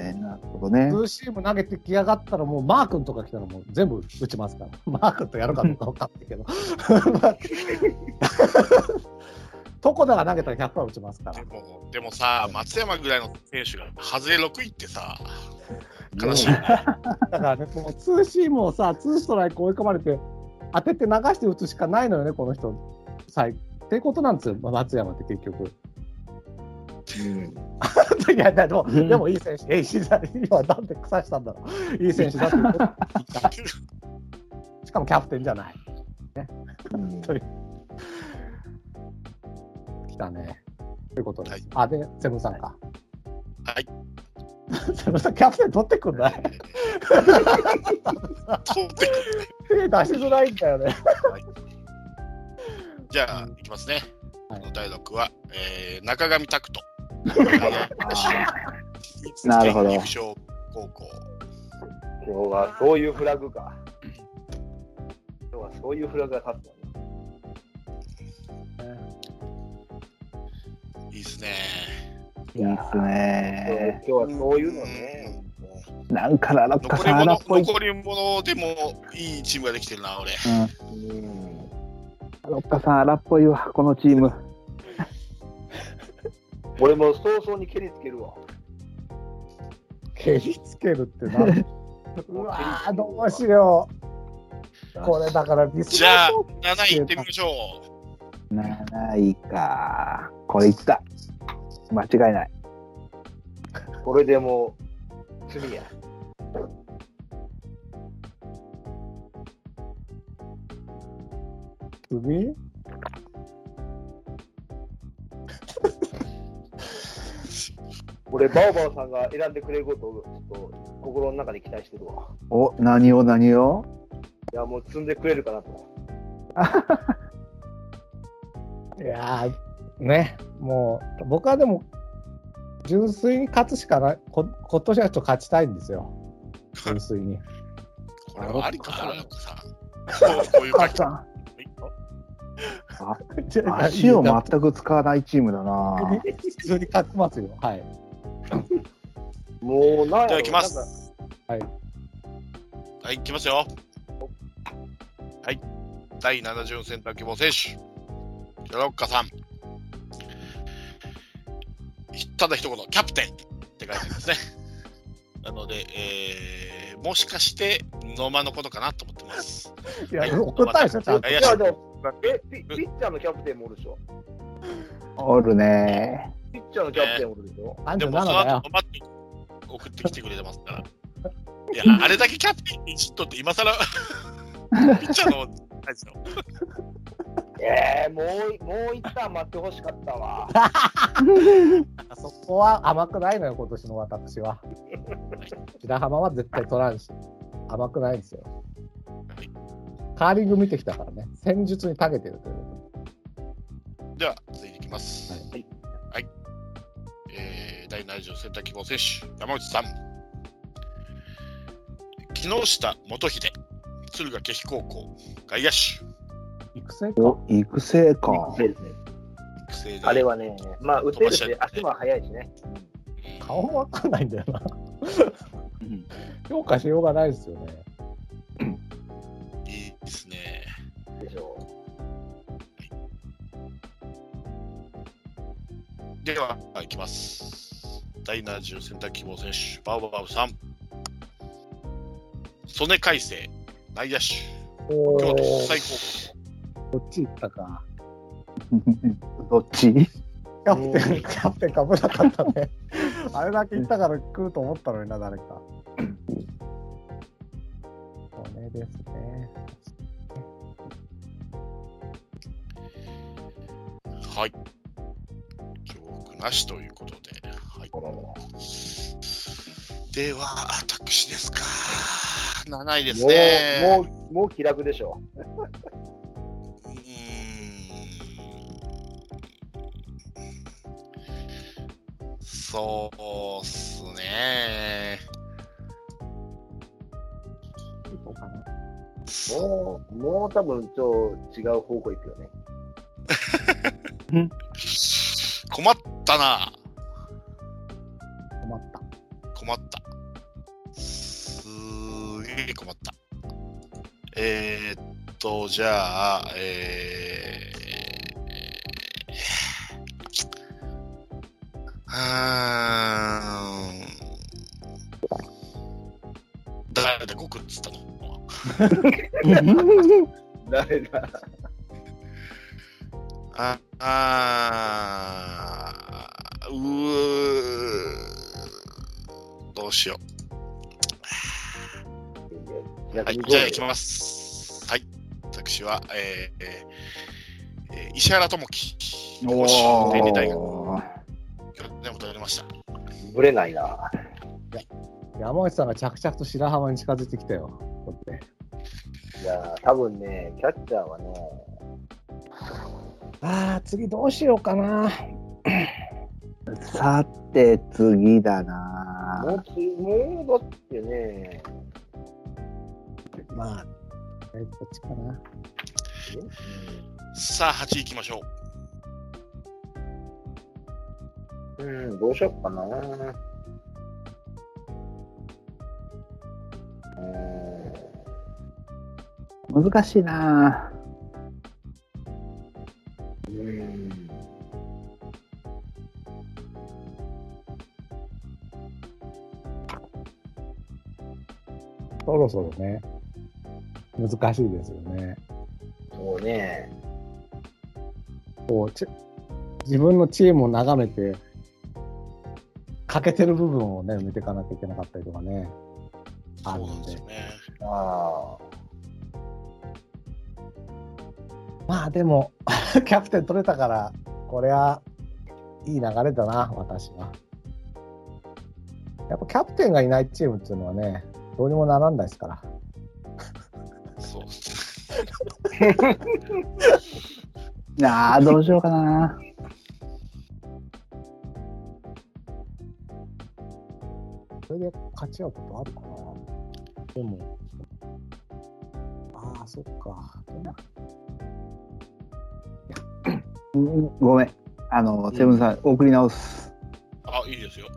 なるほどね。 ツーシーム投げてきやがったら、もうマー君とか来たらもう全部打ちますから。マー君とやるかどうか分かんないけど。床田が投げたら100%打ちますから。 でもさ、松山ぐらいの選手が外れ6位ってさ、悲しい、ね。 だからね、もうツーシームをさ、ツーストライク追い込まれて、当てて流して打つしかないのよね、この人。ってことなんですよ、松山って結局。いや、でもいい選手、今なんで腐したんだろう。いい選手だって。しかもキャプテンじゃない。ね。来たね。ということです。で、セブンさんか。 はい。 セブンさん、キャプテン取ってくんない？取ってくる。出しづらいんだよね。 じゃあ、いきますね。第6話、中上拓人。 なるほど。 岐阜商高校。 今日はそういうフラグか。今日はそういうフラグが立つのね。 いいですね。 いいですね。 今日はそういうのね。 なんかラッカさん荒っぽい。 残り物でもいいチームができてるな、俺。 ラッカさん荒っぽいわ、このチーム。 俺も早々に蹴りつけるわ。 蹴りつけるって何？うわー、どうしよう。これだからビス。 じゃあ7位いってみましょう。7位か。これいった。間違いない。 これでもう次や。 次？ 俺バオバオさんが選んでくれることをちょっと心の中で期待してるわ。 何をいや、もう積んでくれるかなと。 いやーね、もう僕はでも純粋に勝つしかない。今年はちょっと勝ちたいんですよ。純粋に。 これはありかな、こういう感じ。 足を全く使わないチームだな。 普通に勝ちますよ。はい。 もうなんじゃあ行きます。 はい。 はい、行きますよ。はい。第7巡選択希望選手。ロッカさん。ただ一言、キャプテンって書いてあるんですね。なので、もしかして野間のことかなと思ってます。 いや、答えでしょ、ちゃんと。 いや、でもピッチャーのキャプテンもおるでしょ。 おるね。 ピッチャーのキャプテンおるでしょ。 でもその後送ってきてくれてますから。いや、あれだけキャプテンにいじっとって今更ピッチャーのないですよ。 もう一旦待ってほしかったわ。 そこは甘くないのよ、今年の私は。白浜は絶対取らんし、甘くないんですよ。カーリング見てきたからね、戦術に長けてるということでは、続いていきます。 はい。 はい。第70センター希望選手、山内さん。木下元秀、敦賀気比高校、外野手。 育成か。 お、育成か。 そうですね。 育成であれはね、まあ、打てるし、足も速いしね。 顔もわかんないんだよな。 うん評価しようがないですよね。 いいですね。 でしょでは、いきます。第70センター希望選手、バウバウさん。曽根海星、内野手、京都国際高こっち行ったか。 どっち？ キャプテンかぶらなかったね。あれだけ言ったから来ると思ったのにな、誰か。そうねですね。 校。はい。重複なしということで。はい。では、私ですか。7位ですね。 もう気楽でしょ。 そうっすね。 そうかな。 もう多分違う方向行くよね。 困ったな。 困った。 困った。すげえ困った。じゃあ、誰だ、ゴクっつったの誰だ。 どうしよう。はい、じゃあ行きます。はい、私は、石原智樹、天理大学。でも取れました。 ぶれないな。 山内さんが着々と白浜に近づいてきたよ。こうやっていや多分ね、キャッチャーはね。 次どうしようかな。 さて、次だな。 もうだってね。 まあ、こっちかな。 さあ、8位行きましょう。どうしようかな。 難しいな。 そろそろね、難しいですよね。 そうね。 自分のチームを眺めて、欠けてる部分をね、埋めていかなきゃいけなかったりとかね、 う。 あるんで。 そうなんですよね。 まあでも、キャプテン取れたから、これはいい流れだな、私は。やっぱキャプテンがいないチームっていうのはね、どうにもならんないですから。 そうっす。 どうしようかな。 それで勝ち合うことあるかな。でも、そっか。 ごめん。セブンさん、送り直す。 いいですよ。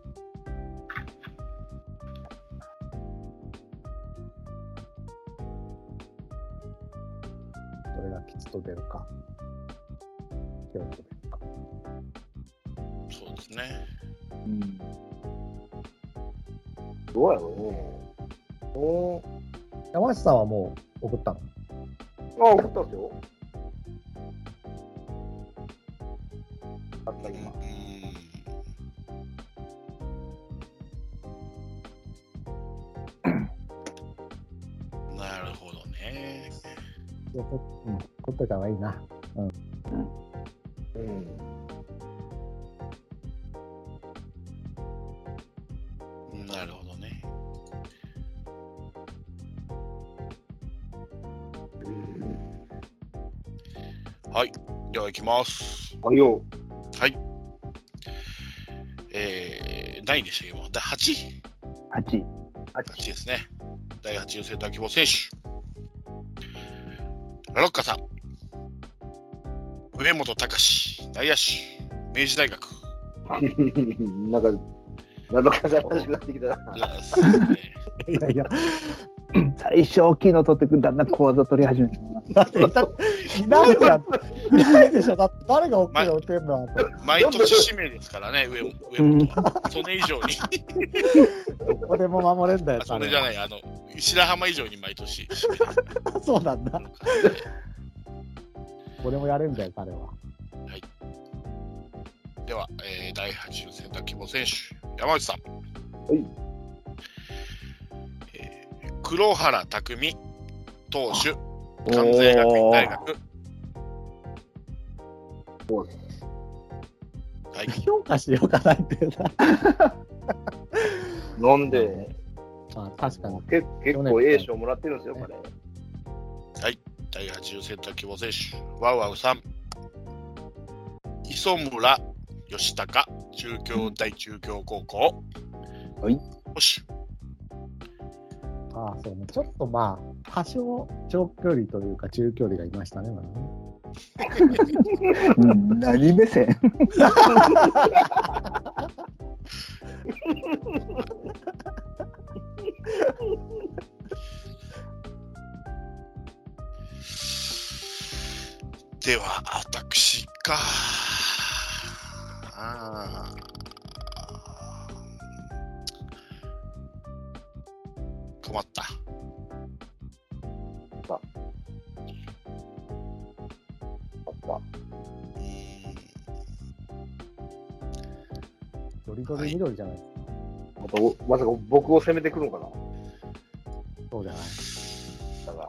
どれが吉と出るか。京都出るか。 そうですね。 どうやろうね。 山内さんはもう送ったの？ 送ったんですよ。あった今。 取っといた方がいいな。 うん。 なるほどね。はい。では行きます。 あ、よ。 はい。何位でしたっけもう第8位。 8。 8ですね。第8位センター希望選手。ラロッカさん。上本隆、内野手、明治大学。 なんか、なんかさらしくなってきたな。 いやいや、 最初大きいの取ってくるだんだん講座取り始めた。 だっていないやん。いないでしょ。だって誰が大きいの打てんの毎年指名ですからね、上本は。それ以上に。 どこでも守れんだよ。 それじゃない、白浜以上に毎年指名。 そうなんだ。これもやるんだよ、彼は。 はい。では、第8位センター希望選手、山内さん。 はい。 黒原拓海投手、関西学院大学。はい。 評価しようがないんだよな。 なんで、 まあ、確かに。 結構 A 賞もらってるんですよ、彼。 はい。第8位センター希望選手、ワウワウさん。磯村義孝、大中京高校。 はい。 投手。 ああ、そうね。ちょっとまあ、多少長距離というか中距離がいましたね、まだね。 何目線では、私か。困った。 ドリドリ緑じゃない。 まさか僕を攻めてくるのかな。 そうじゃない。 だから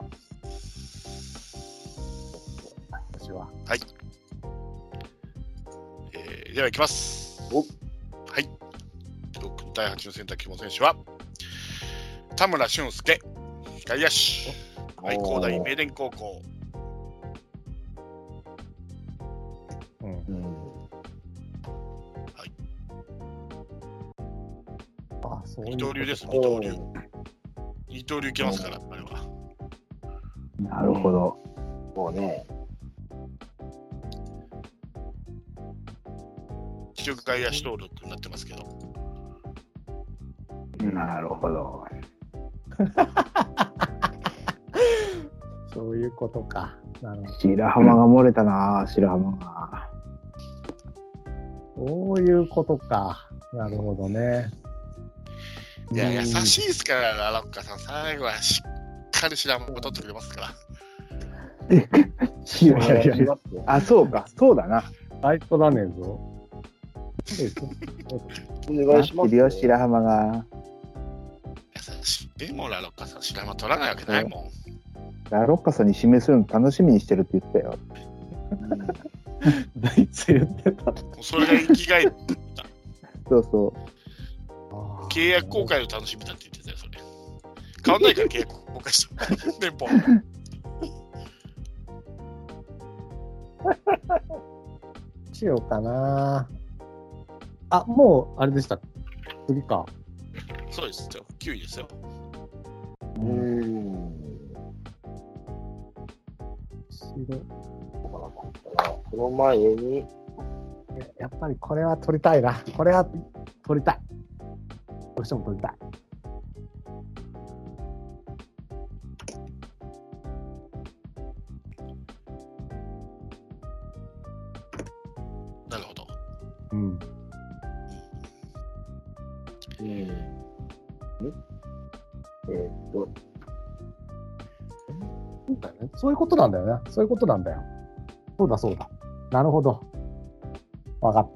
私は。 はい。では行きます。はい。第8のセンター希望選手は田村俊介、外野手、愛工大名電高校。はい。 あ、そういう二刀流です、二刀流。二刀流いけますから、あれは。 なるほど。 そうね。 中外野手登録になってますけど。 なるほど。 そういうことか。 白浜が漏れたな、白浜が。 そういうことか。なるほどね。 いや、優しいですから、ラロッカさん。最後はしっかり白浜を取ってくれますから。 いやいやいや。あ、そうか。そうだな。 あいつだねえぞ。 お願いします。 よ、白浜が。 優しい。でもラロッカさん、白浜取らないわけないもん。 ラロッカさんに指名するの楽しみにしてるって言ったよ。 いつ言ってた。 それが生きがいだ。 そうそう。 契約更改の楽しみだって言ってたよ、それ。変わんないから、契約更改した。年俸。 しようかな。あ、もう、あれでした。次か。 そうですよ。9位ですよ。 その前に、 やっぱりこれは取りたいな。これは取りたい。どうしても取りたい。 なるほど。 うん。そういうことなんだよね。そういうことなんだよ。そうだそうだ。なるほど。わかった。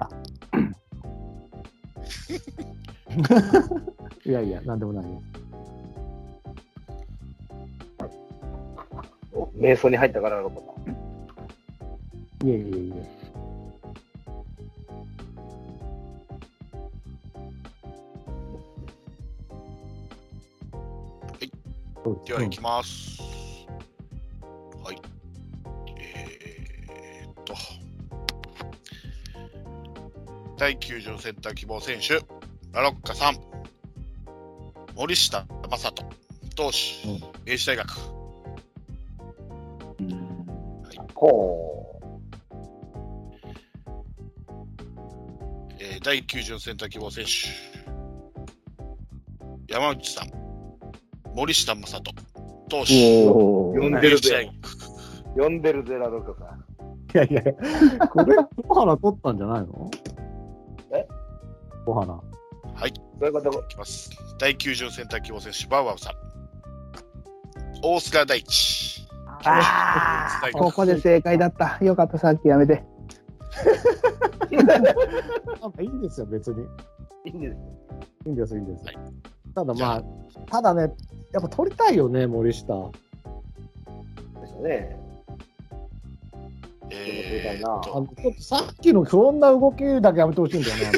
いやいや、なんでもないよ。 瞑想に入ったからなのかな。 いえいえいえ。 では行きます。はい。第9巡センター希望選手、ラロッカさん、森下正人、投手、明治大学。 ほ第9巡センター希望選手、山内さん、森下正人、投手、 おー呼んでる明治大ぜ。 学。 呼んでるぜ、ラロッカさん。 いやいや、これ、小原取ったんじゃないの？ え？ 小原。 はい。 そういうこと。 いきます。第9巡センター希望選手、バウアウさん、大須賀大地。 あー、ここで正解だった。よかった、さっきやめて。 いいんですよ、別に。 いいんです。 いいんです、いいんです。 はい、 ただまあ、ただね、やっぱ取りたいよね、森下。 ですよね。 ちょっとさっきのそんな動きだけやめてほしいんだよね。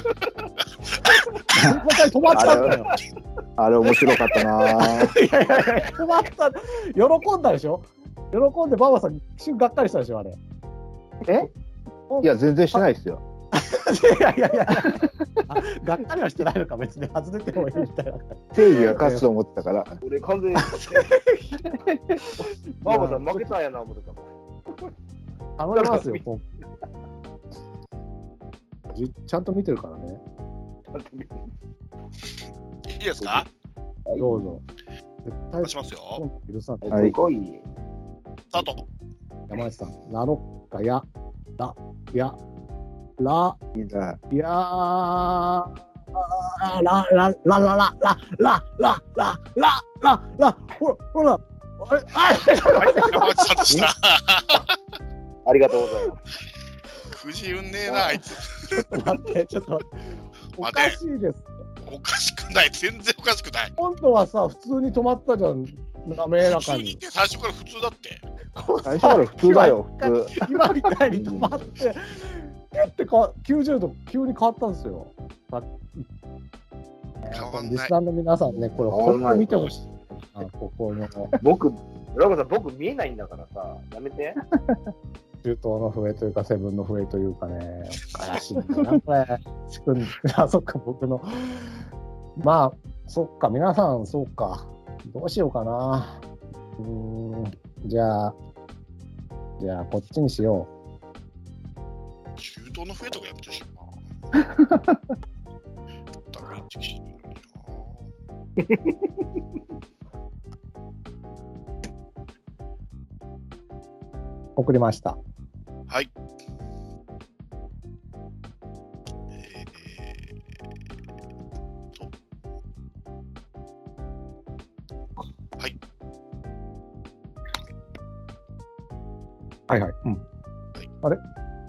もう一回止まったんだよ。 あれ面白かったな。 いやいやいや、止まった。喜んだでしょ？喜んで、ババさん、一瞬がっかりしたでしょ、あれ。 いや、全然してないですよ。 いやいやいや、がっかりはしてないのか、別に外れてもいいみたいな。 正義が勝つと思ってたから。 俺、完全に。バーバさん、負けたんやな、思ってたもん。 頼みますよ、今ちゃんと見てるからね。 いいですか？ どうぞ。絶対出しますよ。 許さない。 はいすごい。 スタート。 山内さん、ラロッカや、ラ、や、ラ、 いいな。 いやー、ラ、ラ、ラ、ラ、ラ、ラ、ラ、ラ、ラ、ラ、ラ、ラ、ほら、あれ、 山内さんでした。 ありがとうございます。 くじ運ねえな、あいつ。 ちょっと待って、ちょっと待って。おかしいです。 おかしくない、全然おかしくない。 今度はさ、普通に止まったじゃん、滑らかに普通にっ。て最初から普通だって。 最初から普通だよ、普通。 今みたいに止まって、ピュって90度急に変わったんですよ。 変わんないリスナーの皆さんね、これ本当に見てほしい。ここの僕、ラロッカさん、僕見えないんだからさ、やめて。 中東の笛というか、セブンの笛というかね、怪しいんだな、これ。あ、そっか、僕の。まあ、そっか、皆さん、そうか。どうしようかな。じゃあ、こっちにしよう。 中東の笛とかやめてほしいな。ダメってきてるのに送りました。 な。はい。はい。 はいはい。あれ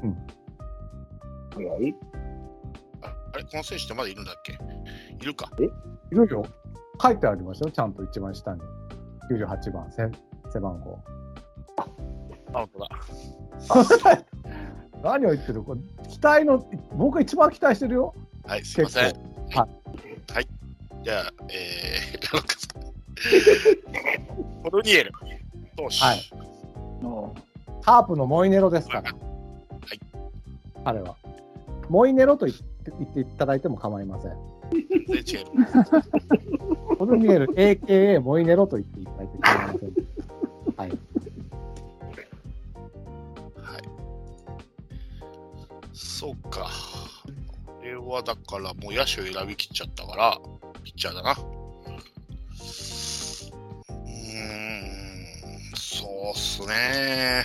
はいあれ、この選手ってまだいるんだっけ？いるか。 いるよ。書いてありましたよ、ちゃんと一番下に。98番、背番号。 あ、本当だ。 何を言ってる？これ期待の、僕が一番期待してるよ。 はい、すいません。 結構はい。じゃあ、ラロッカさん。ポルニエル投手。 はい。カープのモイネロですから。 はい。 彼は。モイネロと言っていただいても構いません。 全然違う。 ポルニエル AKA モイネロと言っていただいて構いません。はい。 はい。そうか。これはだからもう野手を選びきっちゃったから、ピッチャーだな。そうっすね。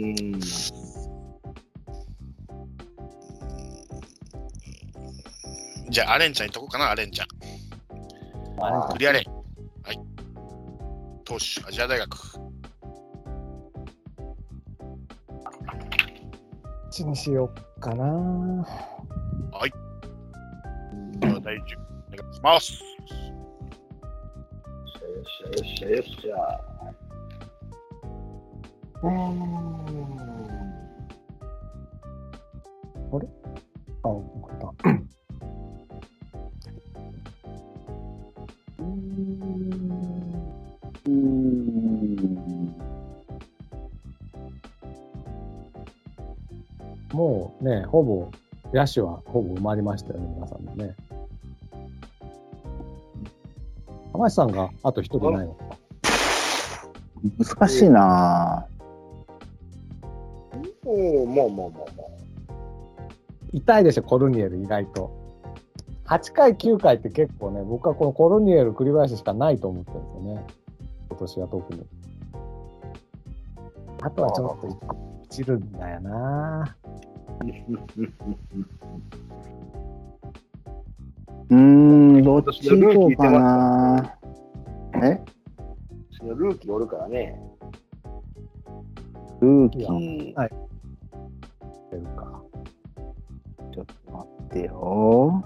じゃあ、アレンちゃんいっとこうかな、アレンちゃん。クリアレン。はい。投手、アジア大学。 こっちにしようかな。 はい。では、第10、お願いします。 よっしゃよっしゃよっしゃ。 あ、よかった。もうね、ほぼ、野手はほぼ埋まりましたよね、皆さんもね。浜地さんがあと一人ないのか。 難しいなもう。 痛いでしょ、コルニエル意外と。8回、9回って結構ね、僕はこのコルニエル、栗林しかないと思ってるんですよね。今年は特に。あとはちょっと落ちるんだよな。 どっち行こうかな。え？ ルーキーおるからね。 ルーキー。 はい。出るか。 ちょっと待ってよ。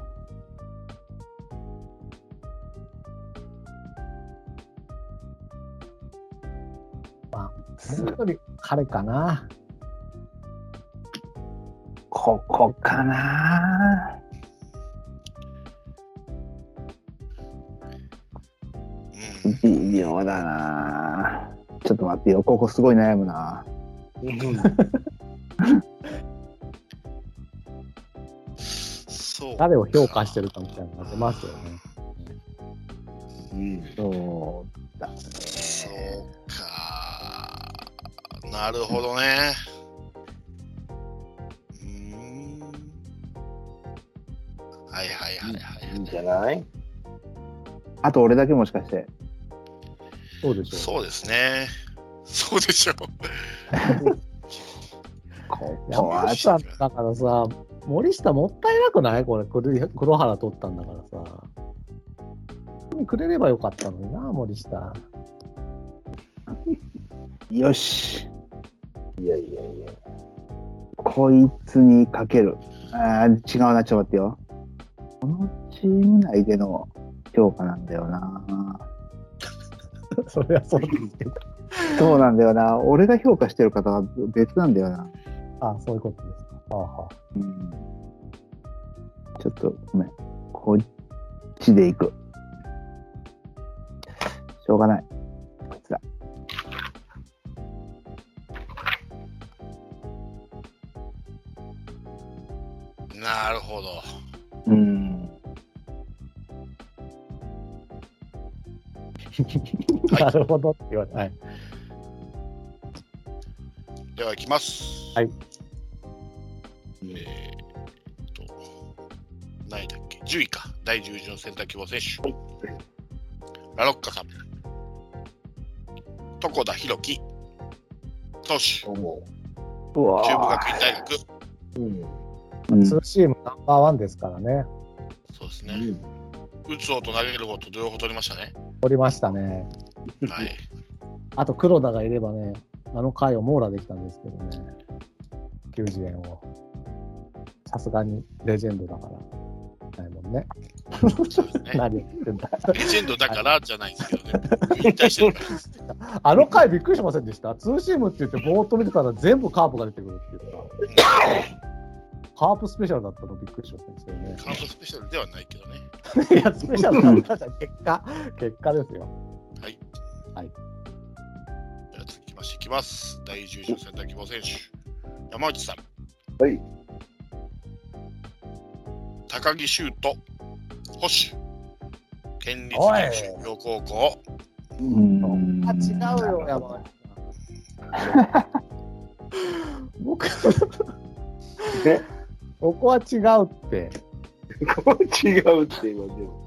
もう一人、彼かな。 ここかな。微妙だな。ちょっと待ってよ。ここすごい悩むな。 そう。 誰を評価してるかみたいなのが出ますよね。 そうだね。 そうか。なるほどね。はい。 いいんじゃない？ あと俺だけもしかして。 そうでしょう。 そうですね。そうでしょう。 山下さんだからさ、森下もったいなくない？これ黒原取ったんだからさ。くれればよかったのにな、森下。 よし。 いや。 こいつにかける。違うな、ちょっと待ってよ。このチーム内での評価なんだよな。 それはそうですけど。 そうなんだよな。俺が評価してる方は別なんだよな。 あ、そういうことですか。 ちょっとごめん。こっちで行く。しょうがない。こいつだ。 なるほど。 なるほどって言わない。 では行きます。 はい。 何位だっけ？ 10位か。第10順選択希望選手。ラロッカさん。床田裕樹。投手。中部学院大学。 ツーシームナンバーワンですからね。 そうですね。打つ方と投げる方と両方取りましたね。 取りましたね。 はい。 あと黒田がいればね、あの回を網羅できたんですけどね。90円を。さすがにレジェンドだから。ないもんね。 そうですね。 何言ってんだ。 レジェンドだからじゃないですけどね。引退してるから。 あの回びっくりしませんでした？ツーシームって言ってぼーっと見てたら全部カープが出てくるっていうか。カープスペシャルだったのびっくりしましたですよね。 カープスペシャルではないけどね。 いや、スペシャルだったじゃん。結果ですよ。 はい。 はい。 では続きましていきます。第10順選択希望選手。山内さん。 はい。 高木修斗。保守。県立岐阜商業高校。 違うよ、山内さん。僕、ここは違うって。 ここは違うって言われても。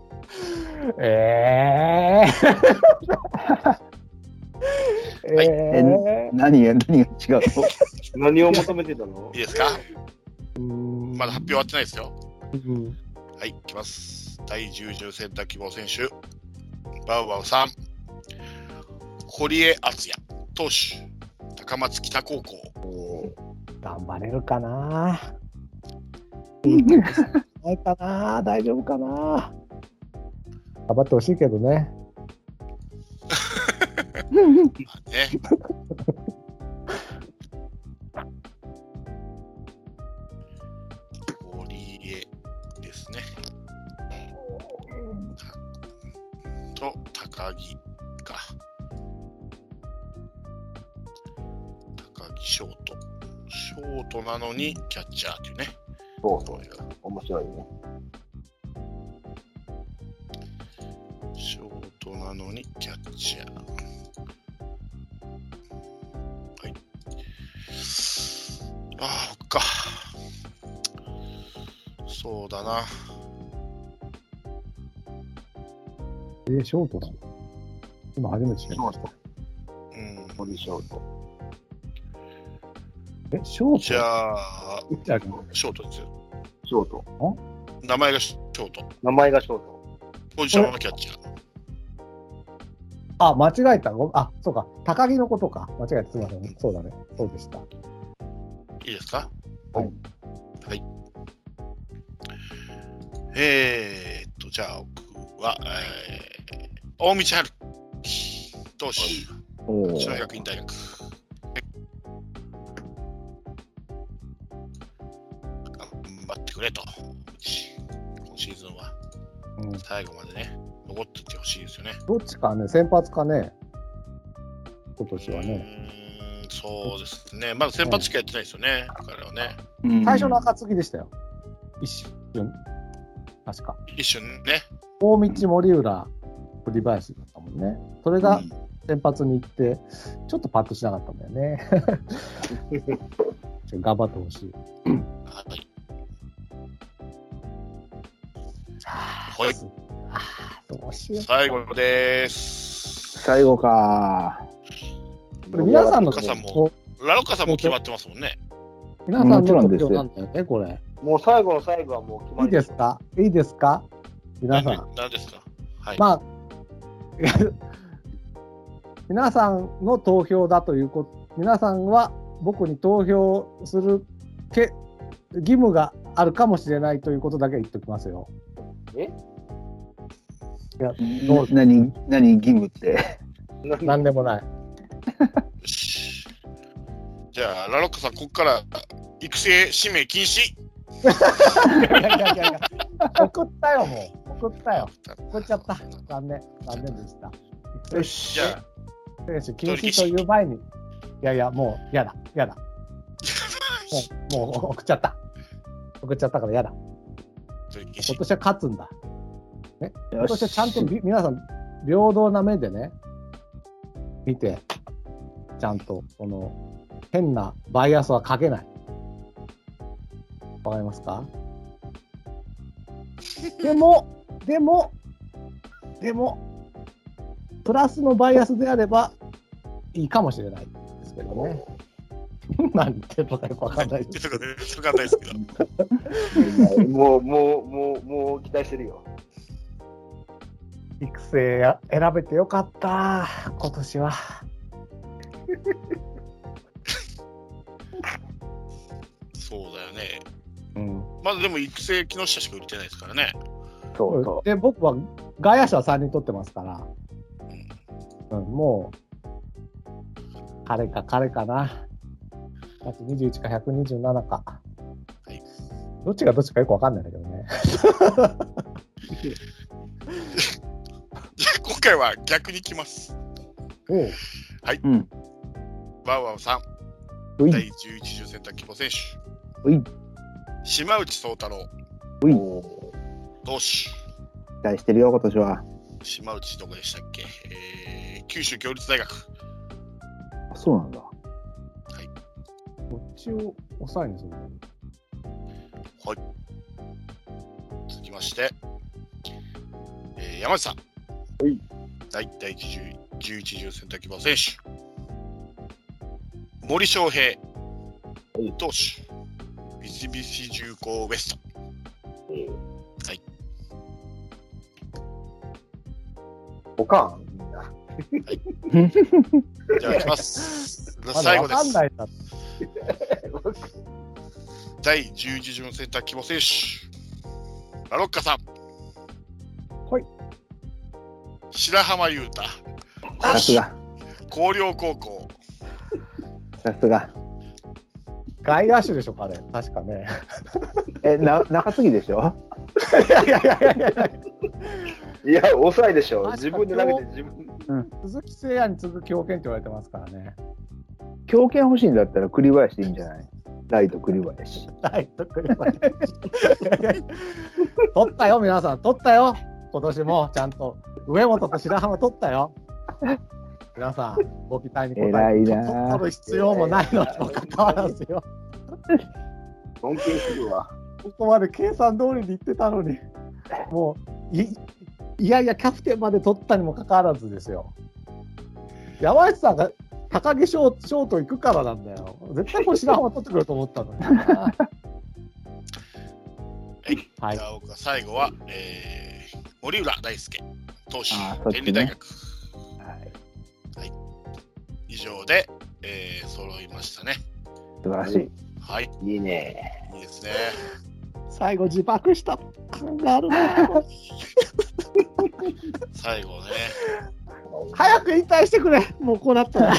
何が違うの？ 何を求めてたの？ いいですか？まだ発表終わってないですよ。はい、いきます。第10順選択希望選手。バウバウさん。堀江敦也。投手。高松北高校。 頑張れるかな。ないかな、大丈夫かな。頑張ってほしいけどね。 ね。 と高木か。高木ショート。ショートなのにキャッチャーっていうね。 そうそう。面白いね。 ショートなのにキャッチャー。はい。ああ、そっか。そうだな。 ショートだ。今初めて知りました。 森ショート。 ショートじゃあ、ショートですよ。 ショート。 名前がショート。 名前がショート。 ポジションのキャッチャー。 あ、間違えた。あ、そうか。高木のことか。間違えた。すみません。そうだね。そうでした。 いいですか？ はい。 はい。じゃあ僕は、大道春樹投手、八戸学院大学。頑張ってくれと。今シーズンは、最後までね、残っていってほしいですよね。 どっちかね、先発かね、今年はね。 そうですね。まだ先発しかやってないですよね、彼はね。 最初の中継ぎでしたよ。一瞬。確か。 一瞬ね。 大道、森浦、栗林だったもんね。それが先発に行って、ちょっとパッとしなかったんだよね。頑張ってほしい。 はい。 はい。どうしよう。 最後です。 最後か。 これ皆さんのラロッカさんも決まってますもんね。 皆さんの投票なんだよね、これ。 もう最後の最後はもう決まり。 いいですか？いいですか？皆さん。 何ですか？はい。 まあ、皆さんの投票だということ、皆さんは僕に投票する義務があるかもしれないということだけ言っておきますよ。 え？ いや、 何義務って。 何でもない。 よし。じゃあ、ラロッカさん、ここから育成指名禁止。 いや送ったよ、もう。送っちゃった。残念でした。 よし。じゃあ、 選手禁止という前に、いや、もう、やだ。もう送っちゃったからやだ。今年は勝つんだ。ね、今年はちゃんと皆さん、平等な目でね、見て、ちゃんと、その、変なバイアスはかけない。わかりますか？でも、プラスのバイアスであればいいかもしれないですけどね。何言ってるのかよくわかんないです。 わかんないですけど。 もう期待してるよ。 育成選べてよかった、今年は。 そうだよね。まだでも育成木下しか売れてないですからね。 そうで、僕は外野手は3人取ってますから、もう彼かな。121か127か。はい、どっちがどっちかよくわかんないんだけどね。 じゃあ今回は逆に来ます。はい。バウアーさん、第11巡選択希望選手。島内壮太郎。投手。 期待してるよ、今年は。 島内どこでしたっけ？九州共立大学。 あ、そうなんだ。 はい。 こっちを抑えにする。 はい。続きまして、山内さん。第11巡選択希望選手。森翔平。投手。三菱重工ウエスト。はい。 おかんみんな。 はい。じゃあ、いきます。最後です。第11巡選択希望選手。ラロッカさん。 はい。 白浜優太。 さすが。 広陵高校。 さすが。 外野手でしょ、彼。確かね。 中継ぎでしょ？ いや。 いや、抑えでしょ。 確か自分で投げて自分。 鈴木誠也に次ぐ強肩って言われてますからね。 強肩欲しいんだったら栗林でいいんじゃない？ライト栗林。 ライト栗林。取ったよ、皆さん。取ったよ。今年もちゃんと。上本と白浜取ったよ。皆さん、ご期待に応えて。 偉いな。 取る必要もないのにもかかわらずよ。 尊敬するわ。 ここまで計算通りに言ってたのに、もういやいや、キャプテンまで取ったにもかかわらずですよ。山内さんが高木ショート行くからなんだよ。絶対これ白浜取ってくると思ったのに。 はい。じゃあ僕は最後は、森浦大輔投手、 そっちね天理大学。 はい。 以上で、揃いましたね。 素晴らしい。 はい。 いいね。 いいですね。 最後自爆した感があるな。 最後ね。 早く引退してくれ。もうこうなったら。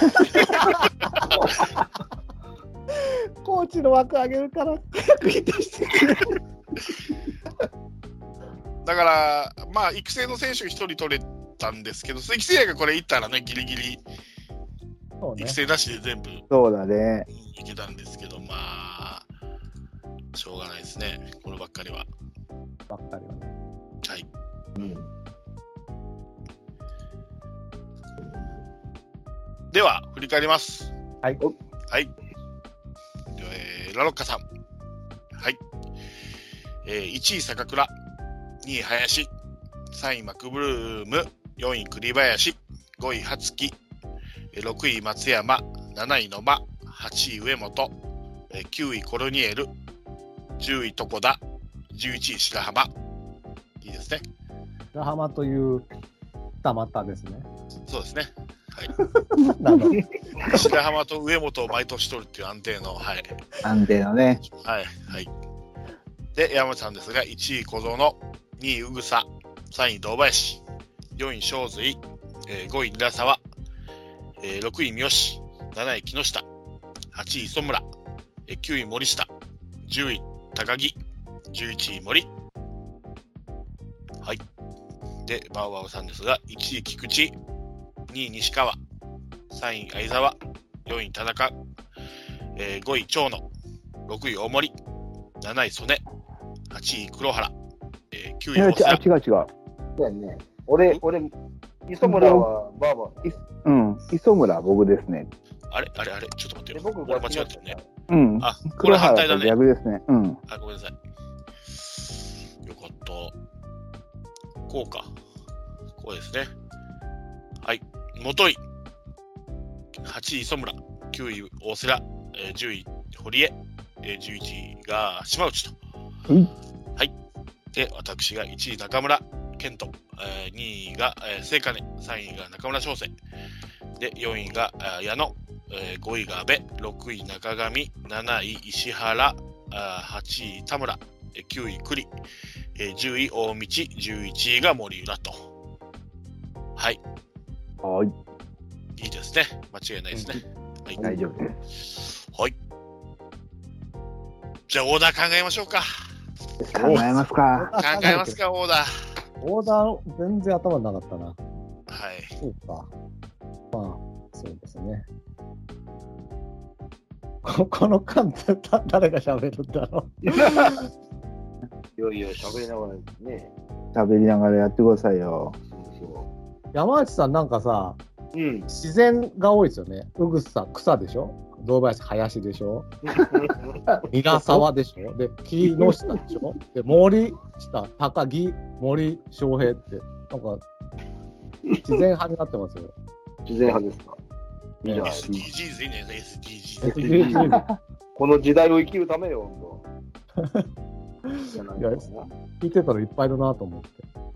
コーチの枠あげるから早く引退してくれ。 だからまあ育成の選手1人取れたんですけど、鈴木誠也がこれいったらね、ギリギリそうね育成なしで全部そうだね。 いけたんですけど、まあしょうがないですね、こればっかりは。 ばっかりはね。 はい。では振り返ります。 はい。 はい。ラロッカさん。はい。1位坂倉、2位林、3位マクブルーム、4位栗林、5位初木、6位松山、7位野間、8位上本、9位コルニエル、10位床田、11位白浜。いいですね。 白浜というたまたですね。 そうですね。はい。 なるほど。 白浜と上本を毎年取るっていう安定の、はい。 安定のね。 はい。はい。で、山本さんですが、1位小園、2位宇草、3位堂林、4位正髄、5位韮沢、6位三好、7位木下、8位磯村、9位森下、10位高木、11位森。はい。で、バウアウさんですが、1位菊池、2位西川、3位相沢、4位田中、5位長野、6位大森、7位曽根、8位黒原、9位大瀬良。 違う。 そうやね。俺、磯村はバーバー。 うん。磯村は僕ですね。 あれちょっと待ってよ。 僕俺間違ってるね。 うん。 あ、これ反対だね。 逆ですね。うん。 あ、ごめんなさい。よかった。こうか。こうですね。はい。元井。8位磯村。9位大瀬良。10位堀江。11位が島内と。はい。で、私が1位中村健人。2位が末金。3位が中村翔成。で、4位が矢野。5位が阿部。6位中上。7位石原。8位田村。9位栗。10位大道。11位が森浦と。はい。 はい。 いいですね。間違いないですね。はい。 大丈夫です。 はい。じゃあ、オーダー考えましょうか。 考えますか。 考えますか、オーダー。 オーダー全然頭になかったな。 はい。 そうか。まあ、そうですね。この間って誰が喋るんだろう。 いや、喋りながらね。 喋りながらやってくださいよ。 山内さんなんかさ、 うん。 自然が多いですよね。うぐさ、草でしょ、堂林、林でしょ、韮沢でしょ、で、木下でしょ、で、森下、高木、森翔平って、なんか、自然派になってますよ。 自然派ですか。いいじゃない。 SDGs いいね、SDGs。 SDGs この時代を生きるためよ、本当。じゃないかな。 聞いてたらいっぱいいるなと思って。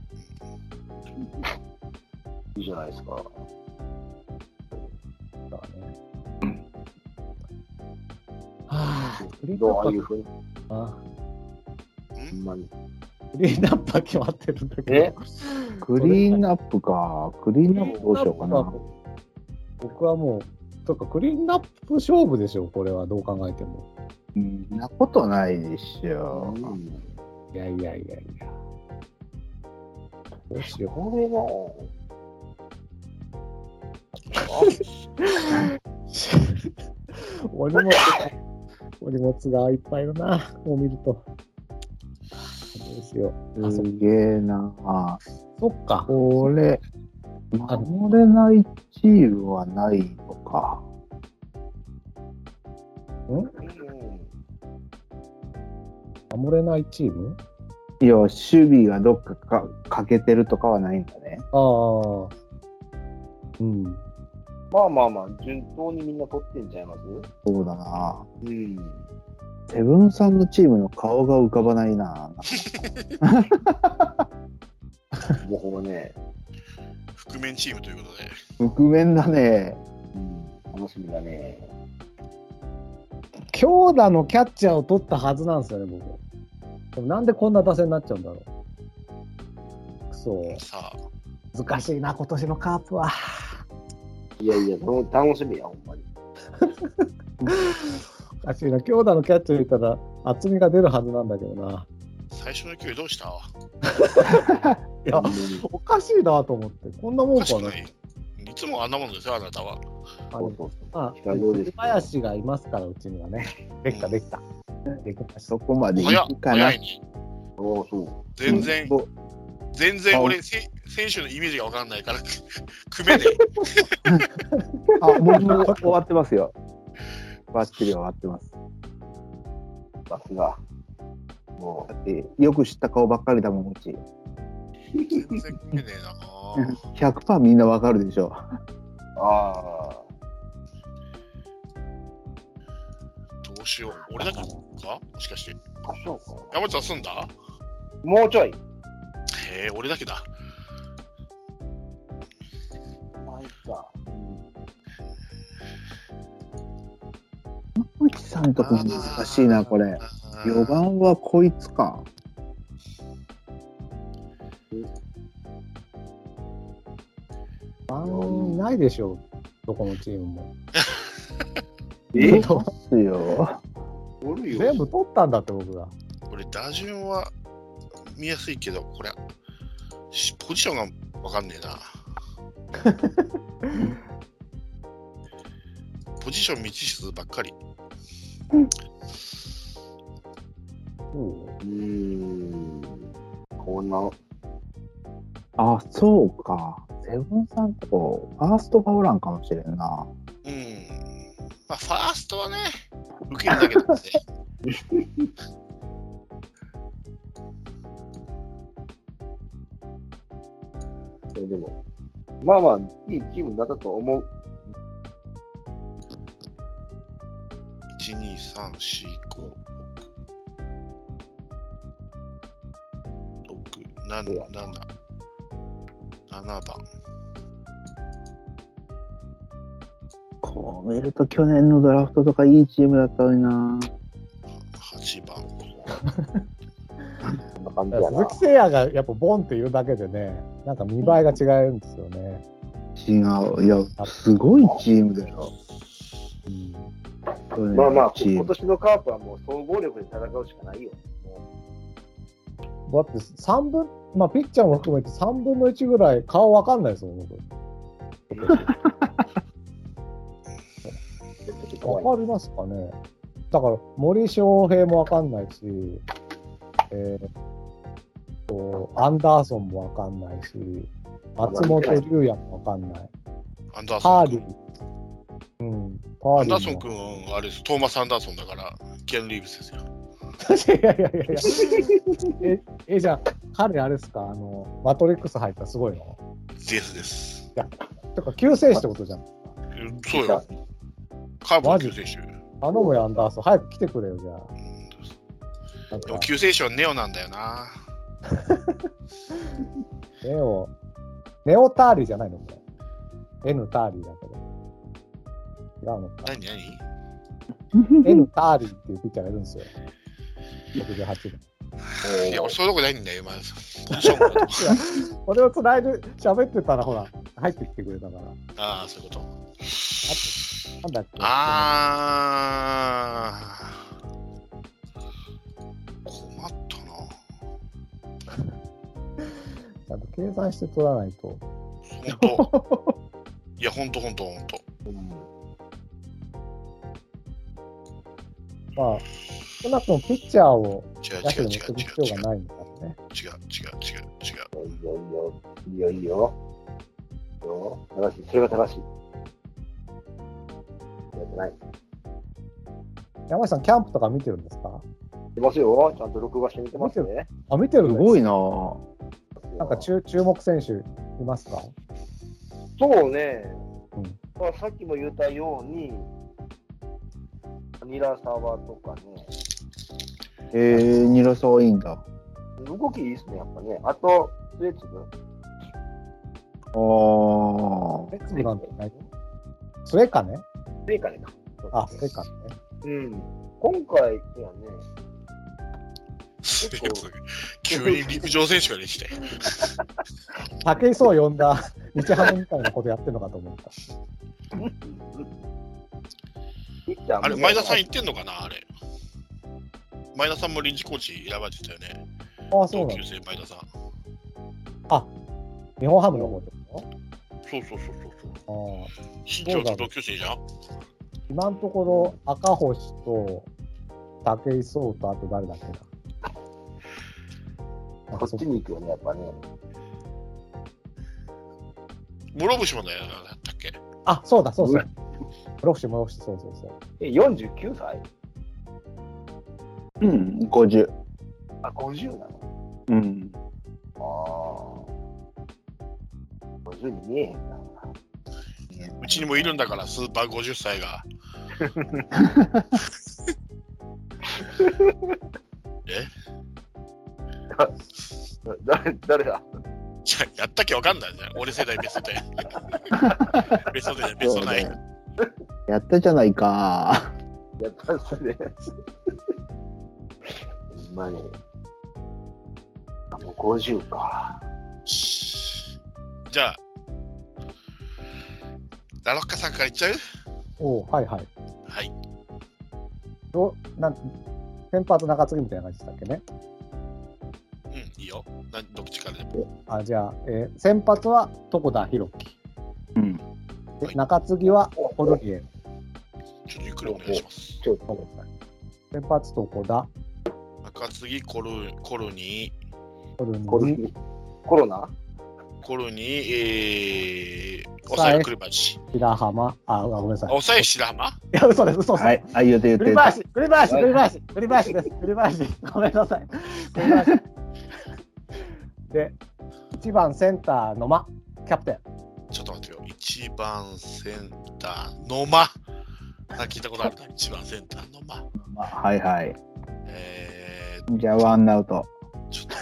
いいじゃないですか。 だね。はぁ、 どうああいうふうに。 あほんまに。 クリーンナップは決まってるんだけど。 クリーンアップか。クリーンアップどうしようかな。 僕はもう、とかクリーンナップ勝負でしょ、これはどう考えても。 そんなことないでしょ。 いや。 どうしよこれは、 う。お荷物がいっぱいいるな、こう見ると。どうしよう。あ、 すげえな。 そっか。 これ、守れないチームはないのか。 守れないチーム？ いや、守備がどっか欠けてるとかはないんだね。 ああ。うん。 まあまあまあ、順当にみんな取ってんちゃいます？ そうだな。 うん。 セブンさんのチームの顔が浮かばないな。 もうね、 覆面チームということで。 覆面だね。 楽しみだね。 強打のキャッチャーを取ったはずなんですよね、僕。でもなんでこんな打線になっちゃうんだろう。くそ。 さあ、 難しいな、今年のカープは。 いやいや、楽しみや、ほんまに。 おかしいな、強打のキャッチャーいたら厚みが出るはずなんだけどな。 最初の勢いどうした？ いや、おかしいなと思って、こんなもんかな。 いつもあんなもんですよ、あなたは。 栗林がいますから、うちにはね。できた。できました。 そこまでいくかな。 早いに。全然俺、選手のイメージが分かんないから、組めねあ、もう終わってますよ。バッチリ終わってます。 さすが。もだってよく知った顔ばっかりだもん、うち。 全然組めねえな。 100% みんなわかるでしょ。 あ。 どうしよう。俺だけかもしかして。 そうか。 山内さん済んだ？ もうちょい。 へえ、俺だけだ。 まいっか。 山内さんとこ難しいな、これ。4番はこいつか。 ないでしょう、どこのチームも。 ますよ。 全部取ったんだって、僕が。 これ、打順は見やすいけど、これ、ポジションが分かんねえな。ポジション未知数ばっかり。 こんな。 あ、そうか。セブンさんとこ、ファーストがおらんかもしれんな。 うん。まあ、ファーストはね、受けるだけなんで。 でも、まあまあ、いいチームだったと思う。 1、2、3、4、5、6、7番。 こう見ると去年のドラフトとかいいチームだったのにな。 8番。 鈴木誠也がやっぱボンっていうだけでね、なんか見栄えが違うんですよね。 違う。いや、すごいチームだよ。 まあまあ、今年のカープはもう総合力で戦うしかないよ。 だって3分、まあピッチャーも含めて3分の1ぐらい顔わかんないですよ、僕。わかりますかね。だから森翔平もわかんないし、アンダーソンもわかんないし、松本龍也もわかんない。 アンダーソン。 パーリー。 アンダーソン君はあれです、トーマス・アンダーソンだから、キアヌ・リーブスですよ。 いや。じゃあ、彼あれですか、マトリックス入ったらすごいの？ ゼスです。 いや、てか救世主ってことじゃん。 そうよ。カーブの救世主。 頼むよ、アンダーソン。早く来てくれよ、じゃあ。 でも救世主はネオなんだよな。 ネオターリーじゃないのこれ。N ターリーだけど。違うのか。 何 N ターリーっていうピッチャーがいるんですよ。68年。 いや、そういうとこないんだよ、今。ポジションが。 俺をつないで喋ってたら、ほら、入ってきてくれたから。 ああ、そういうこと。 なんだっけ。 困ったな。 ちゃんと計算して取らないと。 本当。いや、本当。 まあ、少なくともピッチャーを違う野手に持っていく必要がないんだからね。 違う。 いいよ。正しい。それが正しい。やってない。 山下さん、キャンプとか見てるんですか？ 見てますよ。ちゃんと録画して見てますね。 あ、見てるね。 すごいなぁ。 なんか注目選手いますか？ そうね。 うんまあ、さっきも言ったように、ニラサワとかね、 ニラサワいいんだ。 動きいいですね、やっぱね。あと、スレッツブ。 レッツブなんてない？スレカね。 スレカねか。 あ、スレカね。 うん。今回、いやね、 急に陸上選手ができて。 武井壮を呼んだ日ハムみたいなことやってるのかと思った。 あれ、前田さん言ってんのかな、あれ。前田さんも臨時コーチ選ばれてたよね。 ああ、そうなんだ。 同級生、前田さん。 あ、日本ハムの方ですか？ そう。 ああ、 身長と同級生じゃん。 今のところ赤星と武井壮とあと誰だっけな。 こっちに行くよね、やっぱね。 諸星もだよ、だったっけ。 あ、そうだ。室伏、そう。 49歳？ うん、50。 あ、50なの？ うん。 ああ。50に見えへんな。 うちにもいるんだから、スーパー50歳が。 誰だ？ やったっけわかんないじゃん。俺世代ベストで。ベストで、ベストない。 やったじゃないか。 やったっすね。ほんまに。あ、もう50か。 じゃあ、ラロッカさんからいっちゃう？ おう、はい。 はい。 先発中継ぎみたいな感じでしたっけね。 うん、いいよ。どっちからでも。 あ、じゃあ、先発は床田裕樹。 うん。 で、中継ぎはコルニエ。 ちょっとゆっくりお願いします。 先発床田。 中継ぎコルニー。 コロナ？ コルニー、抑え栗林。 白浜。あ、ごめんなさい。 抑え白浜？ いや、嘘です。 はい、言って。 栗林です。栗林。ごめんなさい。栗林。で、1番センター野間、キャプテン。 ちょっと待ってよ。1番センター野間。聞いたことあるな。1番センター野間。 はい。じゃあ、ワンアウト。 ちょっと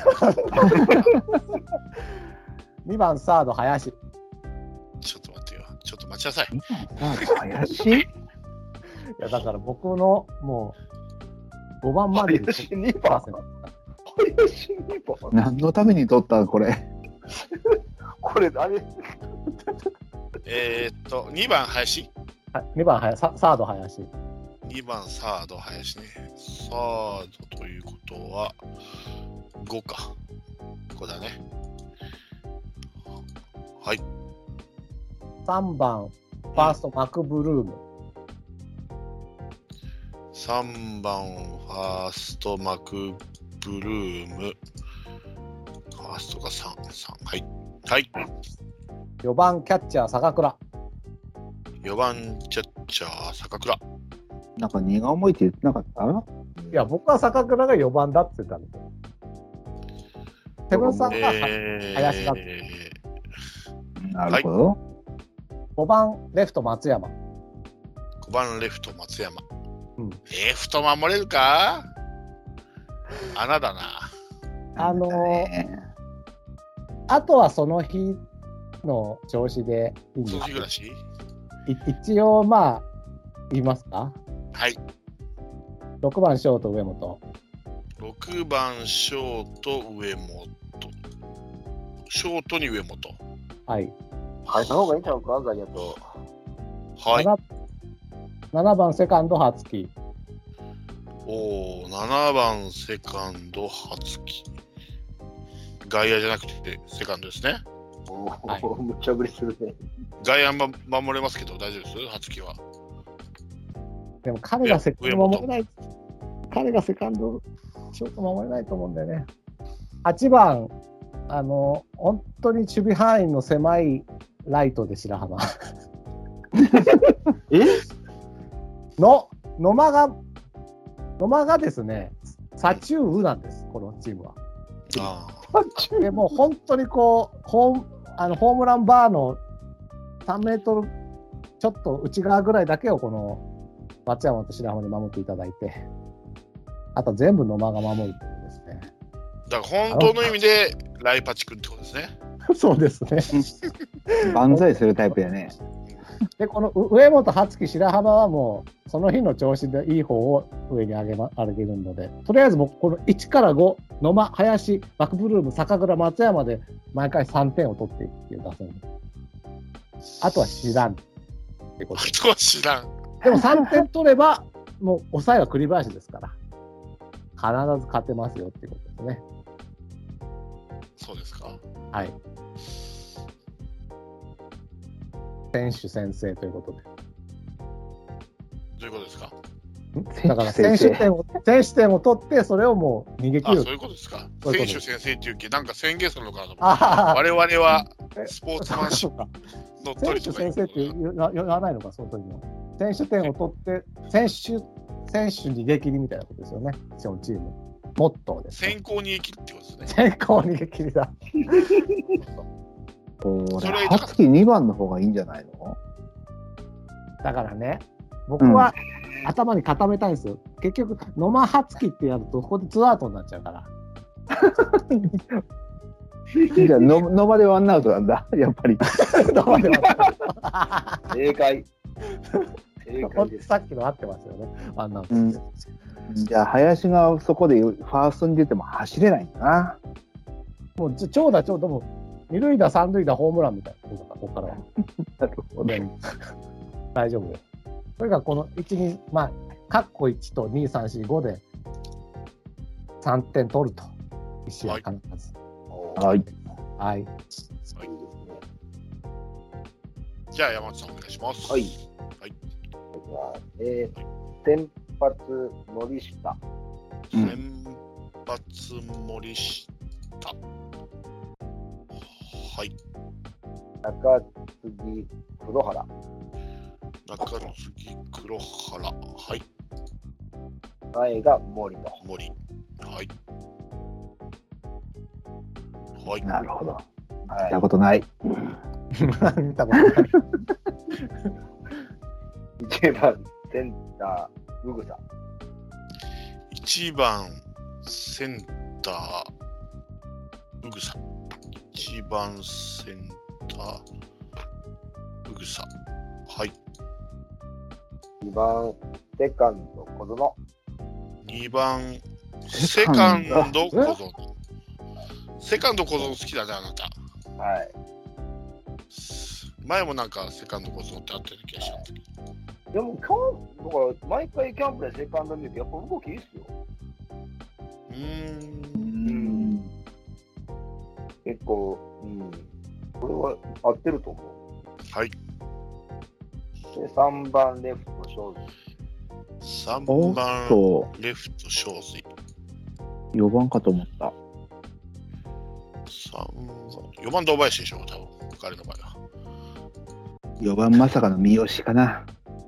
2番サード林。 ちょっと待ってよ。ちょっと待ちなさい。 林？ いや、だから僕のもう5番まで林2番。林2番。 何のために取ったこれ。 これあれ。 2番林。 2番サード林。 2番サード林ね。サードということは5か。ここだね。はい。 3番ファーストマクブルーム。 3番ファーストマクブルーム。ファーストが3。はい。 4番キャッチャー坂倉。 4番キャッチャー坂倉。 なんか荷が重いって言ってなかった？ いや、僕は坂倉が4番だって言ったんですよ。セブンさんが林だって。 なるほど。 5番レフト松山。 5番レフト松山。 うん、 レフト守れるか？穴だな。 あとはその日の調子でいいんですけど。一応まあ言いますか？ はい。 6番ショート上本。 6番ショート上本。ショートに上本。 はい。 変えた方がいいんちゃうか、ガイアと。 はい。 7番セカンド初木。 7番セカンド初木。 外野じゃなくてセカンドですね。 はい無茶ぶりするね。 外野守れますけど大丈夫です初期は。 でも彼がセカンド守れない。彼がセカンド、ショート守れないと思うんだよね。8番、本当に守備範囲の狭いライトで白浜。野間がですね、左中右なんです、このチームは。でもう本当にこうホームランバーの3メートルちょっと内側ぐらいだけをこの松山と白浜に守っていただいて、あと全部野間が守るっていうですね。 だから本当の意味でライパチ君ってことですね。 そうですね。 万歳するタイプやね。 でこの上本、羽月、白浜はもうその日の調子でいい方を上に上げるので、とりあえずもうこの1から5、野間、林、マクブルーム、坂倉、松山で毎回3点を取っていくっていう打線で、あとは知らんってことで。 あとは知らん。 でも3点取ればもう抑えは栗林ですから必ず勝てますよっていうことですね。 そうですか。 はい。選手先生ということで。 どういうことですか。 だから選手点を取ってそれをもう逃げ切る。 そういうことですか。 そういうこと選手先生っていう気なんか宣言するのかなと思って。 あ我々はスポーツマンシップのっと選りとか手先生って言わないのか、その時の。選手点を取って選手逃げ切りみたいなことですよね。そのチームモットーです、ね。 先行逃げ切りってことですね。 先行逃げ切りだ。 それ羽月2番の方がいいんじゃないの？ だからね、僕は頭に固めたいんですよ。結局野間羽月ってやるとここで2アウトになっちゃうから。 じゃあ野間でワンアウトなんだ、やっぱり。 野間では正解。正解です。 さっきの合ってますよね。ワンアウト。 じゃあ林がそこでファーストに出ても走れないんだな。 もう長打も二塁打三塁打ホームランみたいなここからは。 なるほど。 大丈夫です。それがこの1、2、まあ、カッコ1と2、3、4、5で3点取ると。1試合必ず。 はい。 はい。 じゃあ山内さんお願いします。 はい。先発森下。 先発森下。はい。 中継ぎ黒原。 中継ぎ黒原。はい。 前が森と。 森。はい。はい。 なるほど。 はい見たことない。 見たことない。 1番センター、うぐさ。 1番センターうぐさ。1番センターうぐさ。はい。 2番セカンド小園。 2番セカンド小園。セカンド小園好きだねあなた。 はい。 前もなんかセカンド小園ってあったような気がしたんだけど。 でもだから毎回キャンプでセカンド見るとやっぱ動きいいっすよ。結構、これは合ってると思う。 はい。 で3番レフト庄司。 3番レフト庄司。 4番かと思った。 4番堂林でしょ、多分彼の場合は。 4番まさかの三好かな。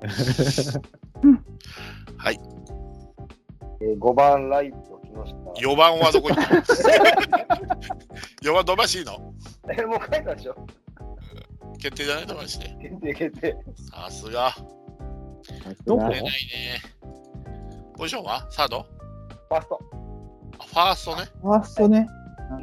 はい。 5番ライト木下。 4番はどこに4番堂林いいの？ もう書いたでしょ。 決定じゃない堂林で。 決定。 さすが。 どこ？ 取れないね。ポジションはサード？ ファースト。 ファーストね。 ファーストね。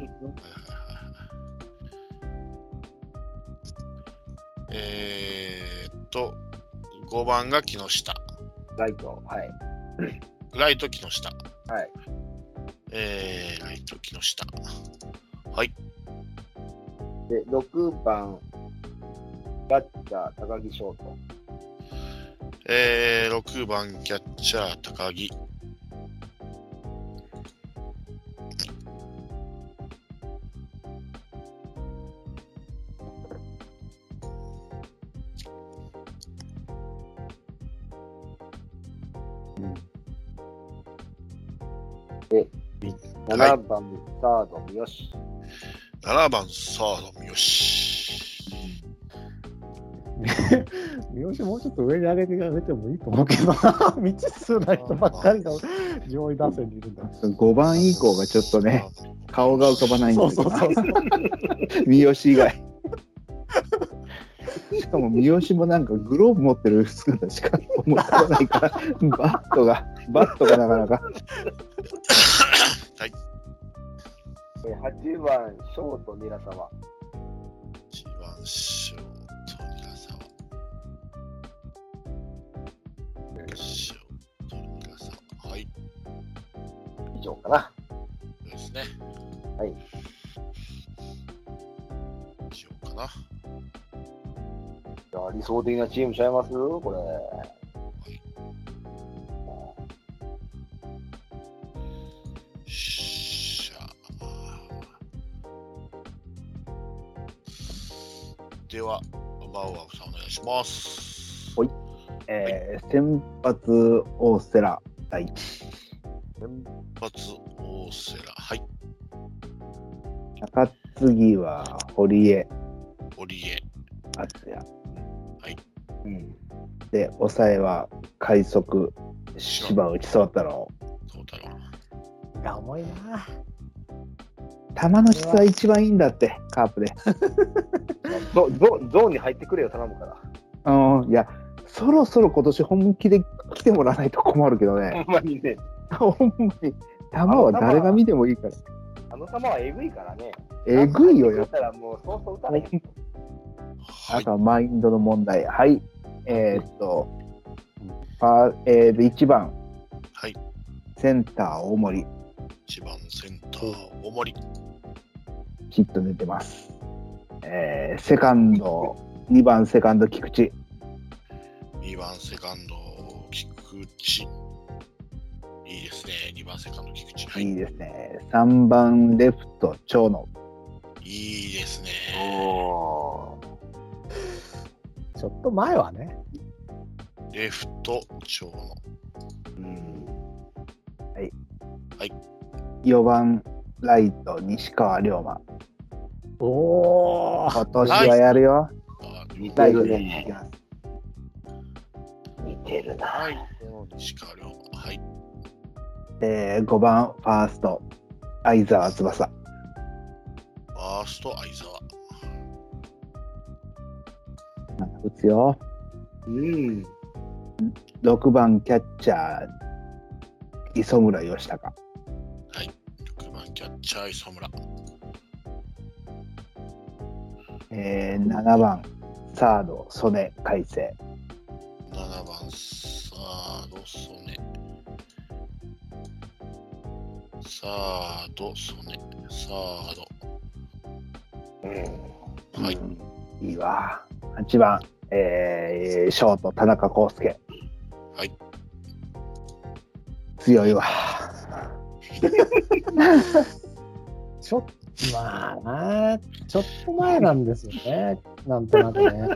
5番が木下。 ライト、はい。 ライト木下。 はい。 ライト木下。はい。 で、6番、キャッチャー、高木翔斗。 6番、キャッチャー、高木。 7番サード、三好。 7番サード、三好。 三好もうちょっと上に上げてあげてもいいと思うけどな。未知数な人ばっかりが上位打線にいるんだ。 5番以降がちょっとね、顔が浮かばないんですよ。 そうそうそう。 三好以外。しかも三好もなんかグローブ持ってる姿しか思い浮かばないから、バットがなかなか。 はい。 8番ショート、韮沢。 1番ショート、韮沢。ショート、韮沢。はい。 以上かな。 そうですね。 はい。 以上かな。 じゃあ理想的なチームちゃいますこれ。 では、バウアーさんお願いします。 はい。先発大瀬良第一。 先発大瀬良。はい。 中継ぎは堀江。 堀江。 敦也。 はい。 うん。で、抑えは快速芝内壮太郎。 壮太郎。 いや、重いな。 球の質は一番いいんだって、カープで。 ゾーンに入ってくれよ、頼むから。 いや、そろそろ今年本気で来てもらわないと困るけどね。 ほんまにね。 ほんまに。球は誰が見てもいいから。 あの球はえぐいからね。 えぐいよ、やっぱ。 たらもうそうそう打たない。 はい。 あとはマインドの問題。はい。1番。 はい。 センター大森。 1番センター大森。 ヒット出てます。セカンド、2番セカンド菊池。 2番セカンド菊池。いいですね。2番セカンド菊池。はい。 いいですね。3番レフト長野。 いいですね。 ちょっと前はね。 レフト長野。 はい。 はい。 4番ライト西川龍馬。 おー。 今年はやるよ。 似てるね。 ね。似てるな。 はい。西川龍馬。はい。 5番ファースト相澤翼。 ファースト相澤。 打つよ。6番キャッチャー磯村義孝。 はい。6番キャッチャー磯村。 7番サード曽根海星。 7番サード曽根。サード曽根。サード。はい。 いいわ。8番、ショート田中康介。 はい。 強いわ。 ちょっとまあな、ちょっと前なんですよね。なんとなくね。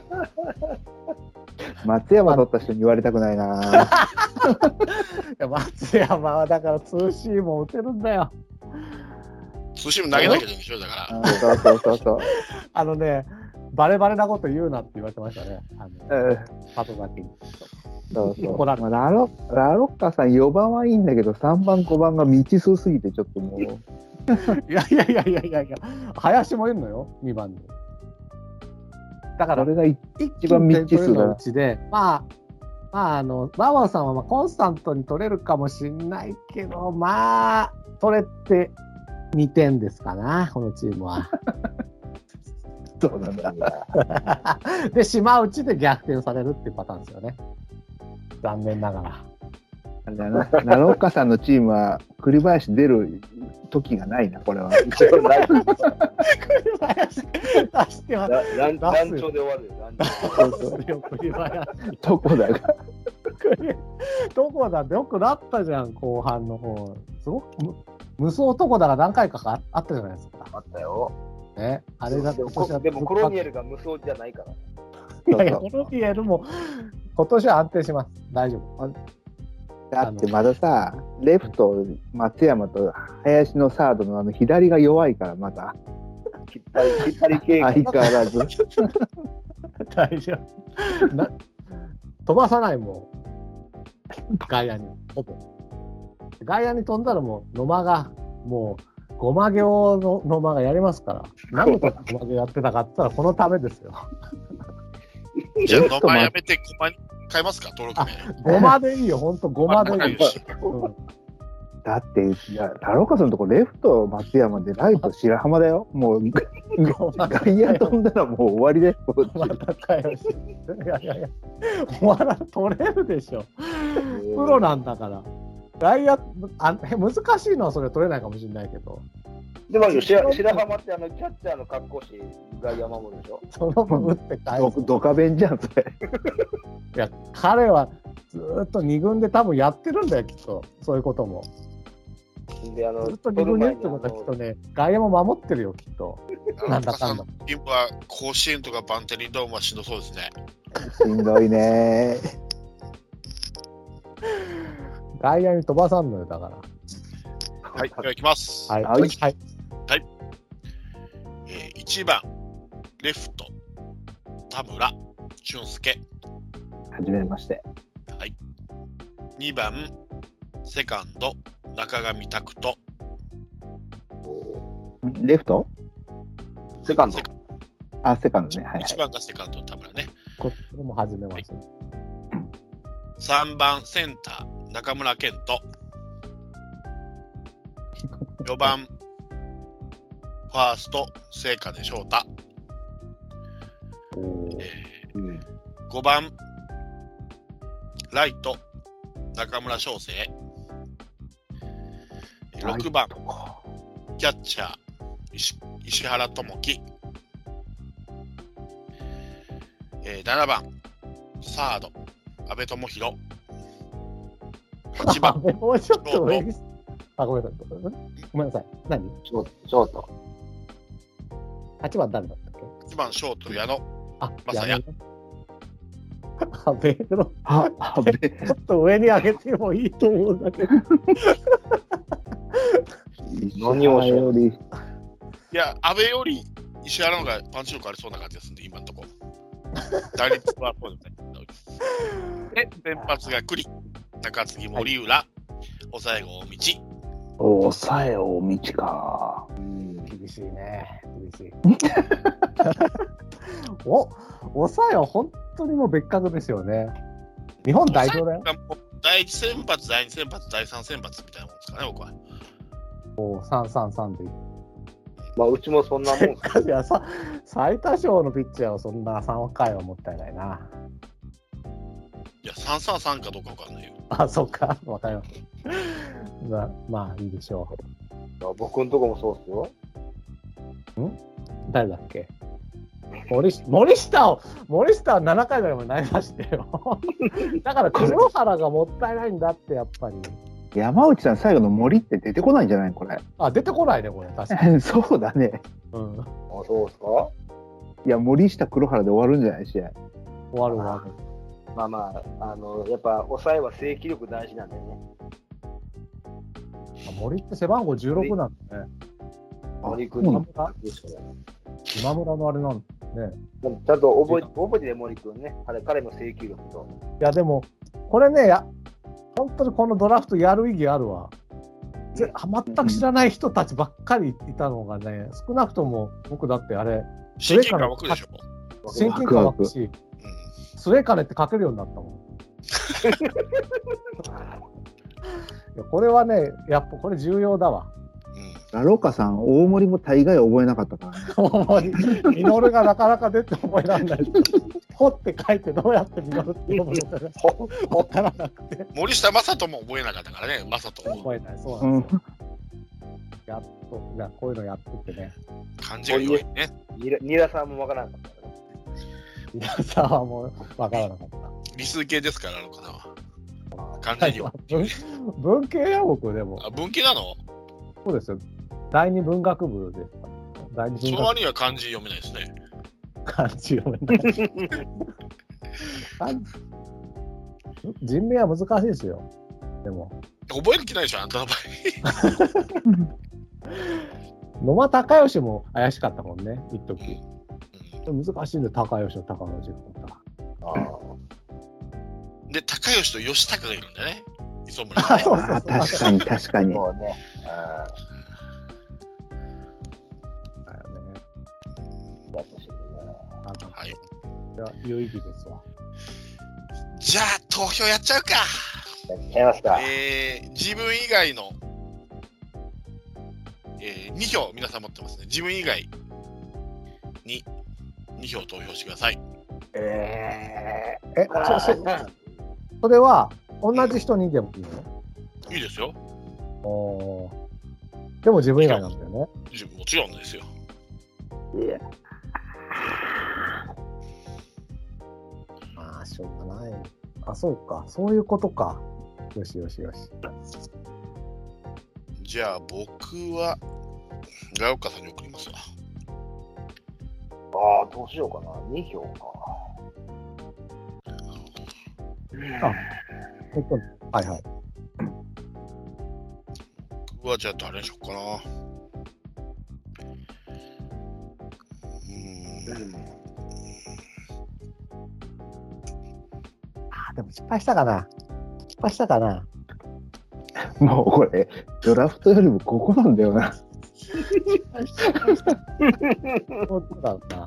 松山取った人に言われたくないな。 いや松山はだからツーシームを打てるんだよ。 ツーシーム投げなきゃいけないでしょ、だから。 そう。 あのね、バレバレなこと言うなって言われてましたね。里崎に。 そう。 怒られまあ、ラロッカさん4番はいいんだけど、3番、5番が未知数すぎてちょっともう。 いや、林もいるのよ、2番に。だから、 それが一番未知数だうちで、バウアーさんはコンスタントに取れるかもしれないけど、取れて2点ですかな、このチームは。 そうなんだ。 で、島内で逆転されるっていうパターンですよね。残念ながら。 ラロッカさんのチームは栗林出る時がないな、これは。 栗林出してはランチョで終わるよ。 栗林。 どこだが。 どこだってよくなったじゃん、後半の方。すごく無双どこだが何回かあったじゃないですか。 あったよ。 ね、あれがでもコロニエルが無双じゃないから。 いやコロニエルも今年は安定します。大丈夫。 だってまださ、レフト、松山と林のサードの左が弱いからまだ。 引っ張り系が相変わらず。 大丈夫。飛ばさないもん。外野に、ほぼ。外野に飛んだらもう野間が、もう、ごま行の野間がやりますから。何のためにごま行やってたかって言ったらこのためですよ。 じゃあ、野間やめて、ごまに変えますか、登録名。 ごまでいいよ、ほんとごまでいい。 だって、いや、太郎さんのとこレフト松山でライト白浜だよ。もう、外野飛んだらもう終わりだよ。 またかよ。いやいやいや、お前ら取れるでしょ。プロなんだから。外野難しいのはそれ取れないかもしれないけど。 でも白浜ってキャッチャーの格好し外野守るでしょ。 その分打って返す。 ドカベンじゃん、それ。 いや、彼はずっと2軍で多分やってるんだよ、きっと。そういうことも。 でずっと2軍に打ってことはきっとね、外野も守ってるよ、きっと。なんだかんだ。 チームは甲子園とかバンテリンドームはしんどそうですね。 しんどいね。 外野に飛ばさんのよ、だから。 はい、では行きます。 はい。 はいはい。 1番、レフト、田村俊介。 はじめまして。 はい。2番、セカンド、中上拓人。 レフト？ セカンド。 あ、セカンドね。はいはい。 1番がセカンドの田村ね。 こっちも始めます。 3番、センター、中村健人。4番、ファースト、聖火で翔太。5番、ライト、中村翔成。6番、キャッチャー、石原智樹。7番、サード、阿部智弘。8番、 もうちょっと上に。あ、ごめんなさい。ごめんなさい。何？ ショート。 8番誰だったっけ？ 1番、ショート、矢野。 あ、 まさや。 阿部の、 阿部。 ちょっと上に上げてもいいと思うんだけど。 何をしより。 いや、阿部より石原の方がパンチ力ありそうな感じですんで、今のところ。打率はそうですね。で、先発が栗、中継ぎ森浦、抑えが大道。 抑え大道か。 厳しいね。厳しい。抑えは本当にもう別格ですよね。日本代表だよ。 第1先発、第2先発、第3先発みたいなもんですかね、僕は。 3-3-3でいい。 まあ、うちもそんなもんです。 いや、最多勝のピッチャーをそんな3回はもったいないな。 いや、3-3-3かどうかわかんないよ。 あ、そっか。わかります。まあ、いいでしょ僕のとこもそうっすよ。 誰だっけ？森下は7回ぐらいまで投げましたよ。だから黒原がもったいないんだって、やっぱり。 山内さん、最後の森って出てこないんじゃないこれ。 あ、出てこないね、これ。確かに。 そうだね。 うん。 あ、そうっすか？ いや、森下黒原で終わるんじゃない試合。 終わる終わる。 まあまあ、やっぱ抑えは制球力大事なんだよね。 森って背番号16なんだね。 森君の今村のあれなんだね。 ちゃんと覚えてね、森君ね。彼の制球力と。 いや、でも、これね、本当にこのドラフトやる意義あるわ。全く知らない人たちばっかりいたのがね、少なくとも僕だってあれ、 親近感湧くでしょ。 親近感湧くし、スレカネって書けるようになったもん。いやこれはね、やっぱこれ重要だわ。 ラロカさん、大森も大概覚えなかったからね。 大森、ミノルがなかなか出て覚えられない。ほって書いてどうやってミノルって読むのか分からなくて。 森下正人も覚えなかったからね、正人も。 覚えない、そうなんですよ。やっと、こういうのやっててね。 漢字が良いね。 ニラさんもわからなかったからね。 ニラさんはもう分からなかった。 理数系ですから、あの方は。漢字には。 文系や僕でも。 あ、文系なの？ そうですよ。第二文学部ですか。第二文学部。 その割には漢字読めないですね。 漢字読めない。人名は難しいですよ。 でも。 覚える気ないでしょ、あんたの場合。 野間隆義も怪しかったもんね、一時。難しいんで、隆義と高野次郎だ。 で、高吉と吉高がいるんだね。磯村ね。 そうあ、確かに確かに。 そうね。 だよね。 やってほしいね。 はい。 いや、有意義ですわ。 じゃあ、投票やっちゃうか。 やっちゃいますか。 自分以外の、2票皆さん持ってますね。自分以外に2票投票してください。 それは、同じ人にでもいいの？ いいですよ。 でも自分以外なんだよね。 もちろんですよ。 いや、 まあ、しょうがない。あ、そうか。そういうことか。よしよしよし。 じゃあ、僕は、ガオカさんに送りますわ。 どうしようかな。2票か。 はいはい。 僕はじゃあ誰にしようかな。 でも失敗したかな。 もうこれ、ドラフトよりもここなんだよな。 そうだな。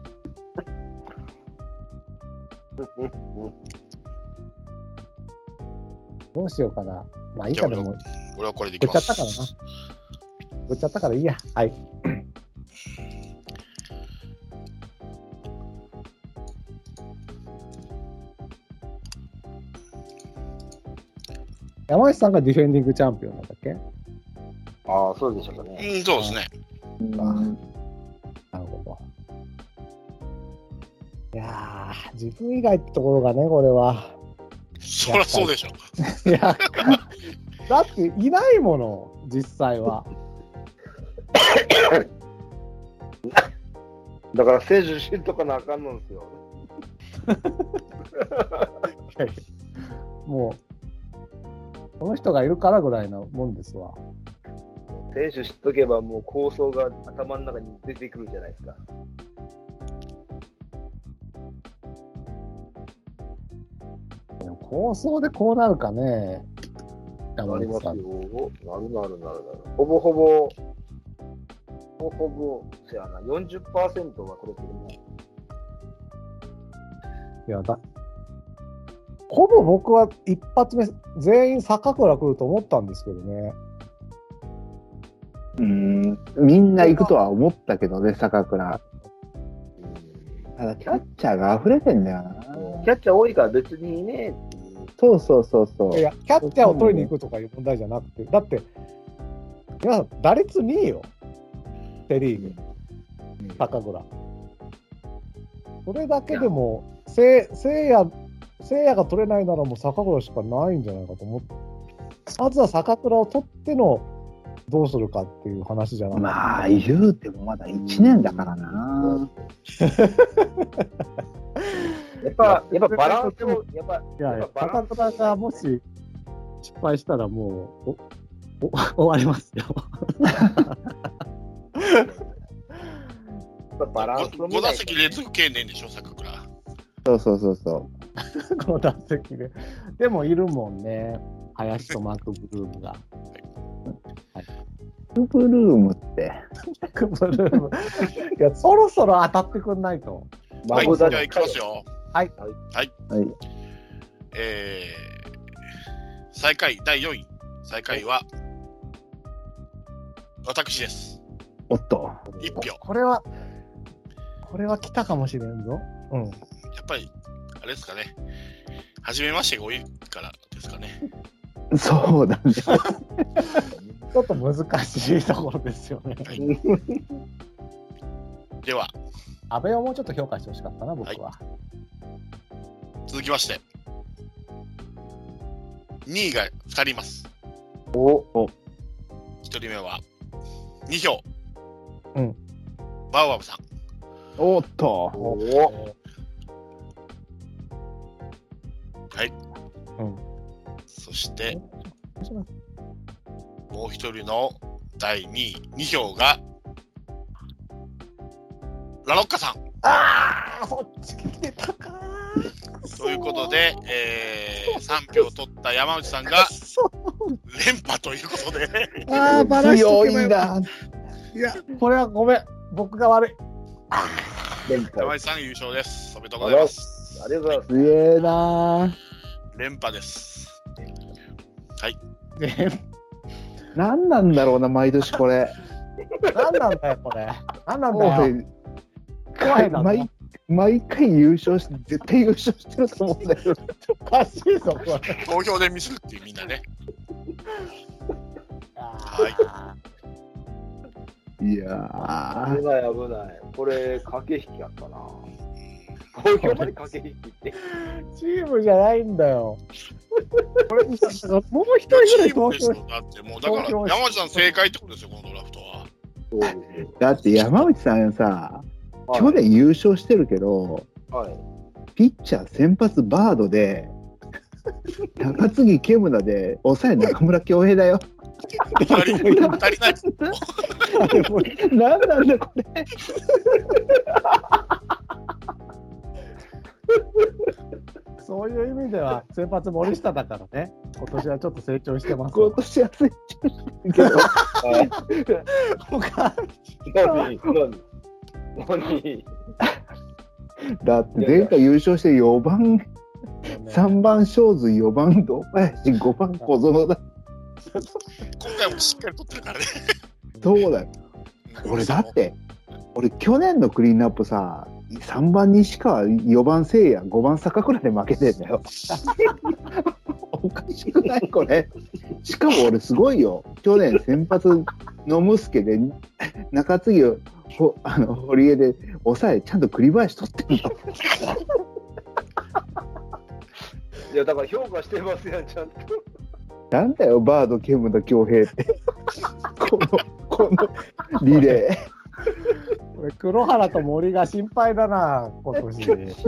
どうしようかな。まあいいかでも。 俺はこれでいぶっちゃきます。 ったからな。ぶっちゃったからいいや。はい。山内さんがディフェンディングチャンピオンなんだっけ？ そうでしょうかね。 そうですね。 なるほど。いやー、自分以外ってところがね、これは。 そりゃそうでしょ。 いや、だっていないもの、実際は。 だから選手知っとかなあかんのですよ。 もう、この人がいるからぐらいのもんですわ。 選手知っとけばもう構想が頭の中に出てくるじゃないですか。 でも構想でこうなるかね。 なりますよ。 ん。 なる。ほぼほぼ、せやな、40% は取れてるね。 いやほぼ僕は一発目、全員坂倉来ると思ったんですけどね。 みんな行くとは思ったけどね、坂倉。ただ、キャッチャーが溢れてんだよな。 キャッチャー多いから別にね。 そう。 いや、キャッチャーを取りに行くとかいう問題じゃなくて、だって、皆さん、打率2位よ。セ・リーグ。坂倉。それだけでも、せいやが取れないならもう坂倉しかないんじゃないかと思って、まずは坂倉を取ってのどうするかっていう話じゃない。 まあ、言うてもまだ1年だからな。 やっぱバランスも、 いや、坂倉がもし失敗したらもう終わりますよ。 バランスを見 5 ないと打席連続経年でしょ、坂倉。 そう。 5打席で。でもいるもんね。林とマーク・ブルームが。 ブルームって。 ブルーム。いや、そろそろ当たってくんないと。 はい、じゃあ行きますよ。 はい。 最下位第4位。最下位は私です。 おっと。 1票。 これは来たかもしれんぞ。うん。 やっぱりあれですかね。初めましてが多いからですかね。 そうだね。 ちょっと難しいところですよね。 はい、では、 安倍をもうちょっと評価してほしかったな、僕は。 続きまして、2位が2人います。1人目は2票。バウアブさん。 おっと。 はい。そして、 します。 もう一人の第2位、2票が、ラロッカさん。 ああ、そっち来てたかということで、3票取った山内さんが連覇ということで。 ああ、バラしと強けばよいんだ。 いや、これはごめん。僕が悪い。 連覇。 山内さん優勝です。おめでとうございます。 ありがとうございます。 すげえな連覇です。 何なんだろうな、毎年これ。 何なんだよ、これ。何なんだよ。 俺怖いな。 毎回優勝して、絶対優勝してると思うんだけど。 おかしいぞ、これ。 投票でミスるっていうみんなね。 いやー、 危ない危ない。これ、駆け引きやったな。東京まで駆け引きって。 チームじゃないんだよ。これもう一人ぐらい投票チームですよ。だってもうだから山内さん正解ってことですよ、このドラフトは。 そうですよ。 だって山内さんさ、 はい去年優勝してるけど、 はい。 ピッチャー先発バードで、中継ぎケムナで、抑え中村恭平だよ。 足りない。 何なんだこれ。 そういう意味では先発森下だからね、今年はちょっと成長してます。 今年は成長してるけど、 何だって前回優勝して4番、3番正髄、4番堂林、5番小園だ。 今回もしっかり取ってるからね。 そうだよ。俺だって、俺去年のクリーンナップさ、3番西川、4番聖也、5番坂倉で負けてんだよ。おかしくないこれ。しかも俺すごいよ。去年先発のムスケで中継ぎを堀江で抑え、ちゃんと栗林取ってんだ。 いやだから評価してますやん、ちゃんと。 なんだよバードケムナ恭平って。このリレー。 これ黒原と森が心配だな、今年。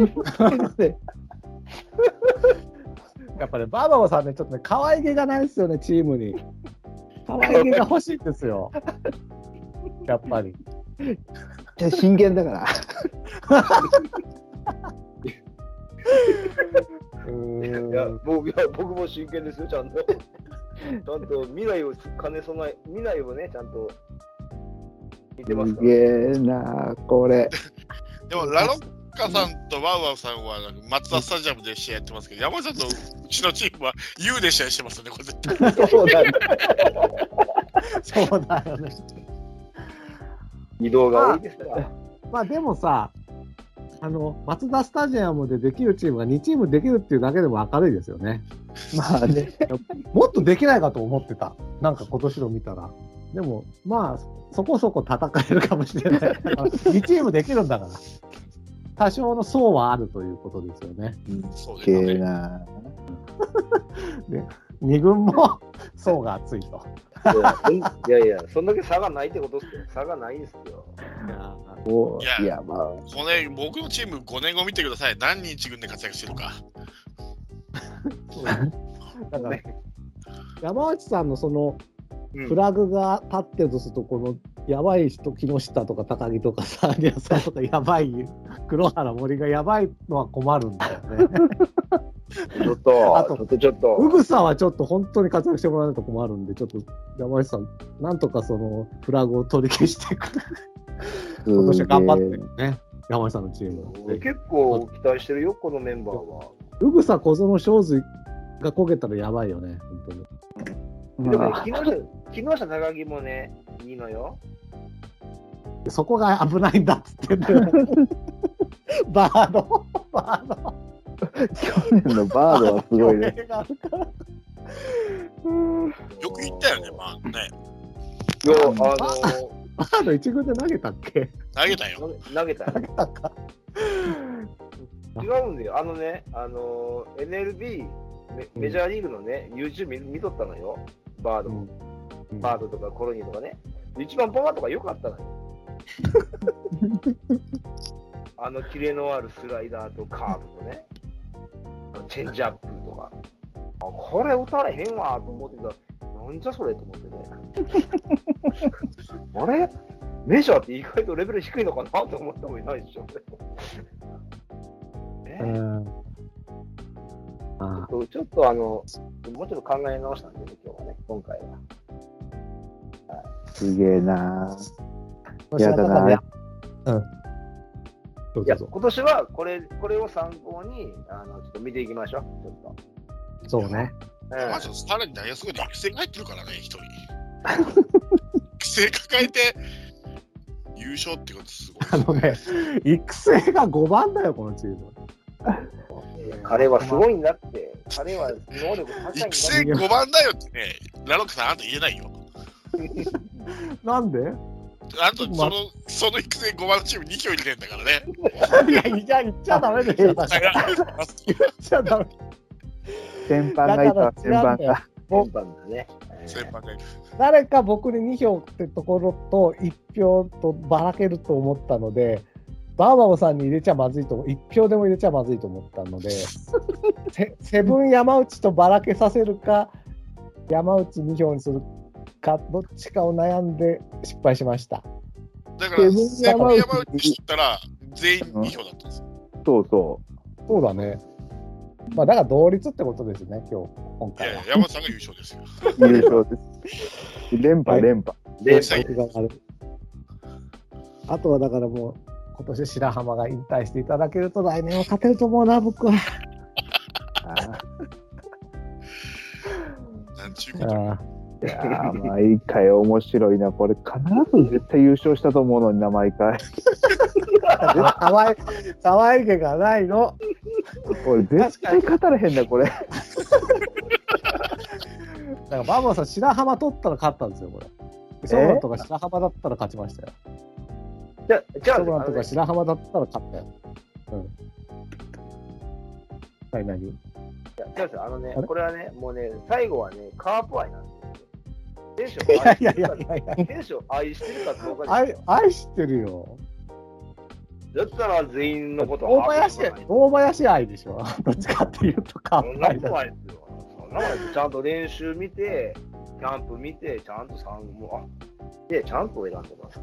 やっぱりバーバボさんね、ちょっとね、可愛げがないですよね、チームに。可愛げが欲しいんですよ。やっぱり。 真剣だから。 いや僕も真剣ですよ、ちゃんと。ちゃんと未来を兼ね備え、未来をね、ちゃんと見てますすから。 げえなこれ。 でもラロッカさんとワウワウさんはマツダスタジアムで試合やってますけど、山内さんとうちのチームは U で試合してますよね、これ絶対。 そうだね。 そうだよね。 移動が多いですから。 まあでもさ、マツダスタジアムでできるチームが2チームできるっていうだけでも明るいですよね。 まあね。 もっとできないかと思ってた。なんか今年の見たら。でも、まあ、そこそこ戦えるかもしれない。2チームできるんだから。多少の層はあるということですよね。 そうすげですね。 えな。 で、2軍も層が厚いと。 いやいや、そんだけ差がないってことですよ。差がないですよ。 いいやまあ。 僕のチーム5年後見てください。何人1軍で活躍してるか。 だから、山内さんのそのフラグが立ってるとすると、このやばい人、木下とか高木とかさ、リアさんとかやばい、黒原森がやばいのは困るんだよね。 ちょっと、 あとちょっと。 うぐさはちょっと本当に活躍してもらわないと困るんで、ちょっと山内さん、なんとかそのフラグを取り消していく。今年は頑張ってるね、山内さんのチーム。 俺結構期待してるよ、このメンバーは。 うぐさ小園正髄が焦げたらやばいよね、本当に。 でも木下高木もね、いいのよ。 そこが危ないんだっつってんだよ。バード。 去年のバードはすごいね。 よく言ったよね、まあね。 いや、 バード1軍で投げたっけ？ 投げたよ。 投げたよ。 なんか違うんだよ。NLB、メジャーリーグのね、YouTube 見とったのよ。バードも。バードとかコロニーとかね。一番パワーとか良かったのよ。キレのあるスライダーとカーブとね。チェンジアップとか。 これ打たれへんわと思ってた。なんじゃそれと思ってね。あれメジャーって意外とレベル低いのかなと思ってもいないでしょ。ちょっともうちょっと考え直したんでね、今日はね、今回は。 すげえなぁ。やだな。 いや、今年はこれを参考に、ちょっと見ていきましょう、ちょっと。そうね。 まず、さらに大学で育成が入ってるからね、一人。育成抱えて優勝ってことすごい。 育成が5番だよ、このチーム。 彼はすごいんだって。彼は能力高いんだって。 育成5番だよってね、ラロックさん、あんた言えないよ。 なんであとその育成5番のチーム2票入れてんだからね。 いや、言っちゃダメでしょ。言っちゃダメ。 先輩がいた、先輩が。 先輩だね。 先輩がいる。 誰か僕に2票ってところと1票とばらけると思ったので、バーバボさんに入れちゃまずいと、1票でも入れちゃまずいと思ったので、セブン山内とばらけさせるか、山内2票にするか、どっちかを悩んで失敗しました。 だから、セブン山内知ったら全員2票だったんですよ。 そうそう。 そうだね。まあ、だから同率ってことですね、今回は。 いや、山内さんが優勝ですよ。 優勝です。連覇。 あとはだからもう、今年白浜が引退していただけると来年は勝てると思うな、僕は。 なんちゅうこと。 いやー、毎回面白いな。これ必ず絶対優勝したと思うのにな、毎回。 騒いげがないの。 これ絶対勝たれへんな、これ。だからバーバーさん、白浜取ったら勝ったんですよ、これ。ソブランとか白浜だったら勝ちましたよ。 じゃあ、 ソブランとか白浜だったら勝ったよ。何いや、これはね、もうね、最後はね、カープ愛なんですよ。選手を愛してるかどうか。 愛してるよ。 だったら全員のこと大林愛でしょ。どっちかっていうとカープ愛だ。 そんなことちゃんと練習見て、キャンプ見て、ちゃんとで、ちゃんと選んでますから。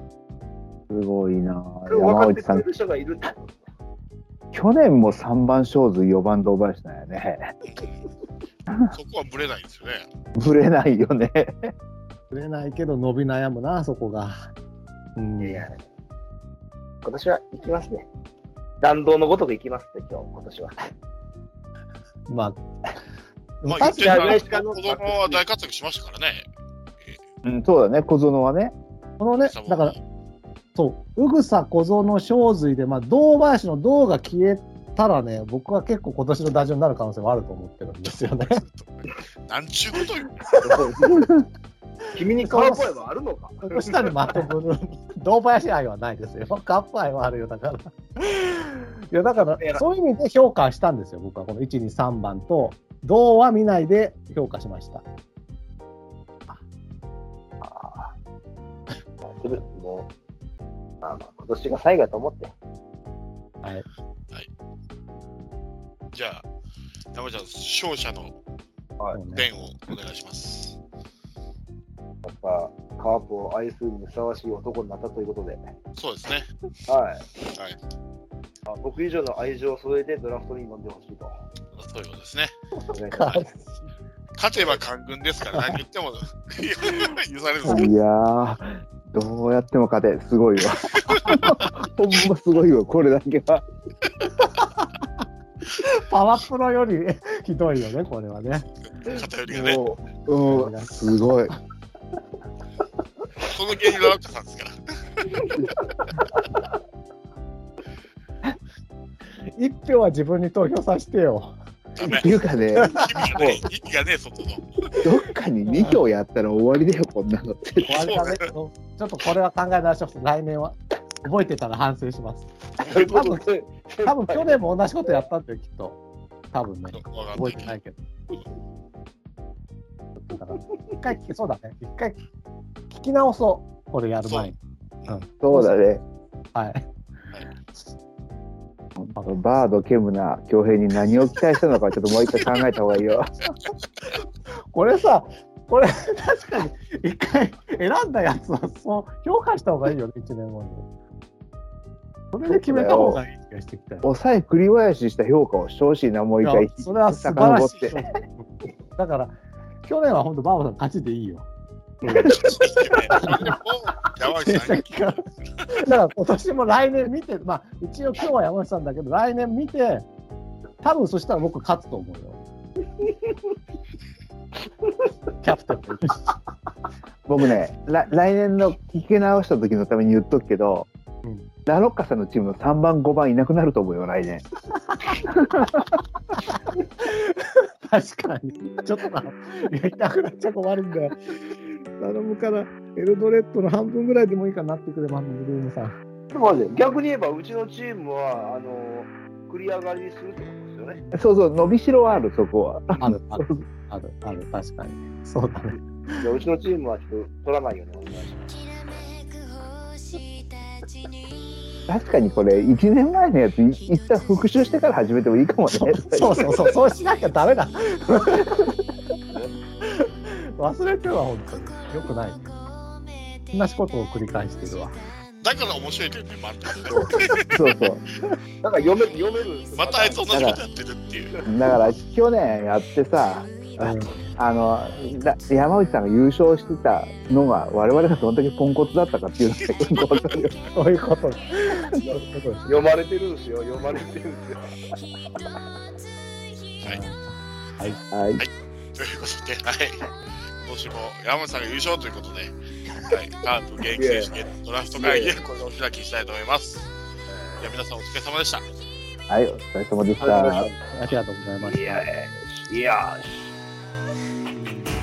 すごいなぁ。 分かってくれる人がいるってこと。 去年も3番シズ4番堂林なんやね。 そこはブレないんですよね。 ブレないよね。 ブレないけど伸び悩むな、そこが。 いや、今年は行きますね。弾道のごとく行きますって、今年は。 まあ、言ってたら子供は大活躍しましたからね。 そうだね、小園はね。 このね、だから、そう、宇草小園正髄で、堂林の銅が消えたらね、僕は結構今年の打順になる可能性はあると思ってるんですよね。 なんちゅうこと言う君にカープ愛はあるのか。 その下にまとめる堂林愛はないですよ。カープ愛はあるよ、だから。いや、だから、そういう意味で評価したんですよ、僕はこの1、2、3番と、銅は見ないで評価しました。 もう今年が最後だと思って。 はい。はい。 じゃあ、山ちゃん、勝者の弁をお願いします。 やっぱ、カープを愛するにふさわしい男になったということで。 そうですね。 はい。僕以上の愛情を添えてドラフトに飲んでほしいと。 そういうことですね。勝てば官軍ですから、何言っても許されるんですけど。 いやー、どうやっても勝て、すごいわ。ほんますごいわ、これだけは。 パワプロよりひどいよね、これはね。 偏りがね。 すごい。 その芸人のラッカさんですから。 一票は自分に投票させてよ。 っていうかね、 意味がね、外の。 どっかに2票やったら終わりだよ、こんなのって。 終わりだね。ちょっとこれは考え直します。来年は。覚えてたら反省します。多分去年も同じことやったんだよ、きっと。多分ね。覚えてないけど。だから一回、そうだね。一回聞き直そう。これやる前に。 そうだね。 はい。 バード、ケムナ、恭平に何を期待したのかちょっともう一回考えた方がいいよ。 これさ、これ確かに一回選んだやつはそう評価した方がいいよね、1年後に。それで決めた方がいい気がしてきたよ。 抑え栗林した評価をしてほしいな、もう一回。 それは素晴らしい。だから、去年は本当、バーボさん勝ちでいいよ。 山内さんだから今年も来年見て、まあ一応今日は山内さんだけど、来年見て、多分そしたら僕勝つと思うよ。キャプテンもいるし。 僕ね、来年の聞き直した時のために言っとくけど、ラロッカさんのチームの3番、5番いなくなると思うよ、来年。 確かに。ちょっとな、いなくなっちゃ困るんだよ。頼むから、エルドレッドの半分ぐらいでもいいかなってくれます、ブルームさん。 でもね、逆に言えば、うちのチームは、繰り上がりにするってことですよね。 そうそう、伸びしろはある、そこは。 ある、確かに。そうだね。 じゃあ、うちのチームはちょっと取らないようにお願いします。 確かにこれ、1年前のやつ、一旦復習してから始めてもいいかもね。 そうしなきゃダメだ。忘れては本当によくない。同じことを繰り返してるわ。 だから面白いけどね、また。 そう。 だから読める。 またあいつ同じことやってるっていう。 だから去年やってさ、山内さんが優勝してたのが我々がどんだけポンコツだったかっていうのが結構分かるよ。 そういうことです。 読まれてるんですよ。はい。 ということで、はい。今年も山本さんが優勝ということで、はい。カープ現役選手権ドラフト会議でこれをお開きしたいと思います。いや、皆さんお疲れ様でした。 はい、お疲れ様でした。 ありがとうございました。 いやーし。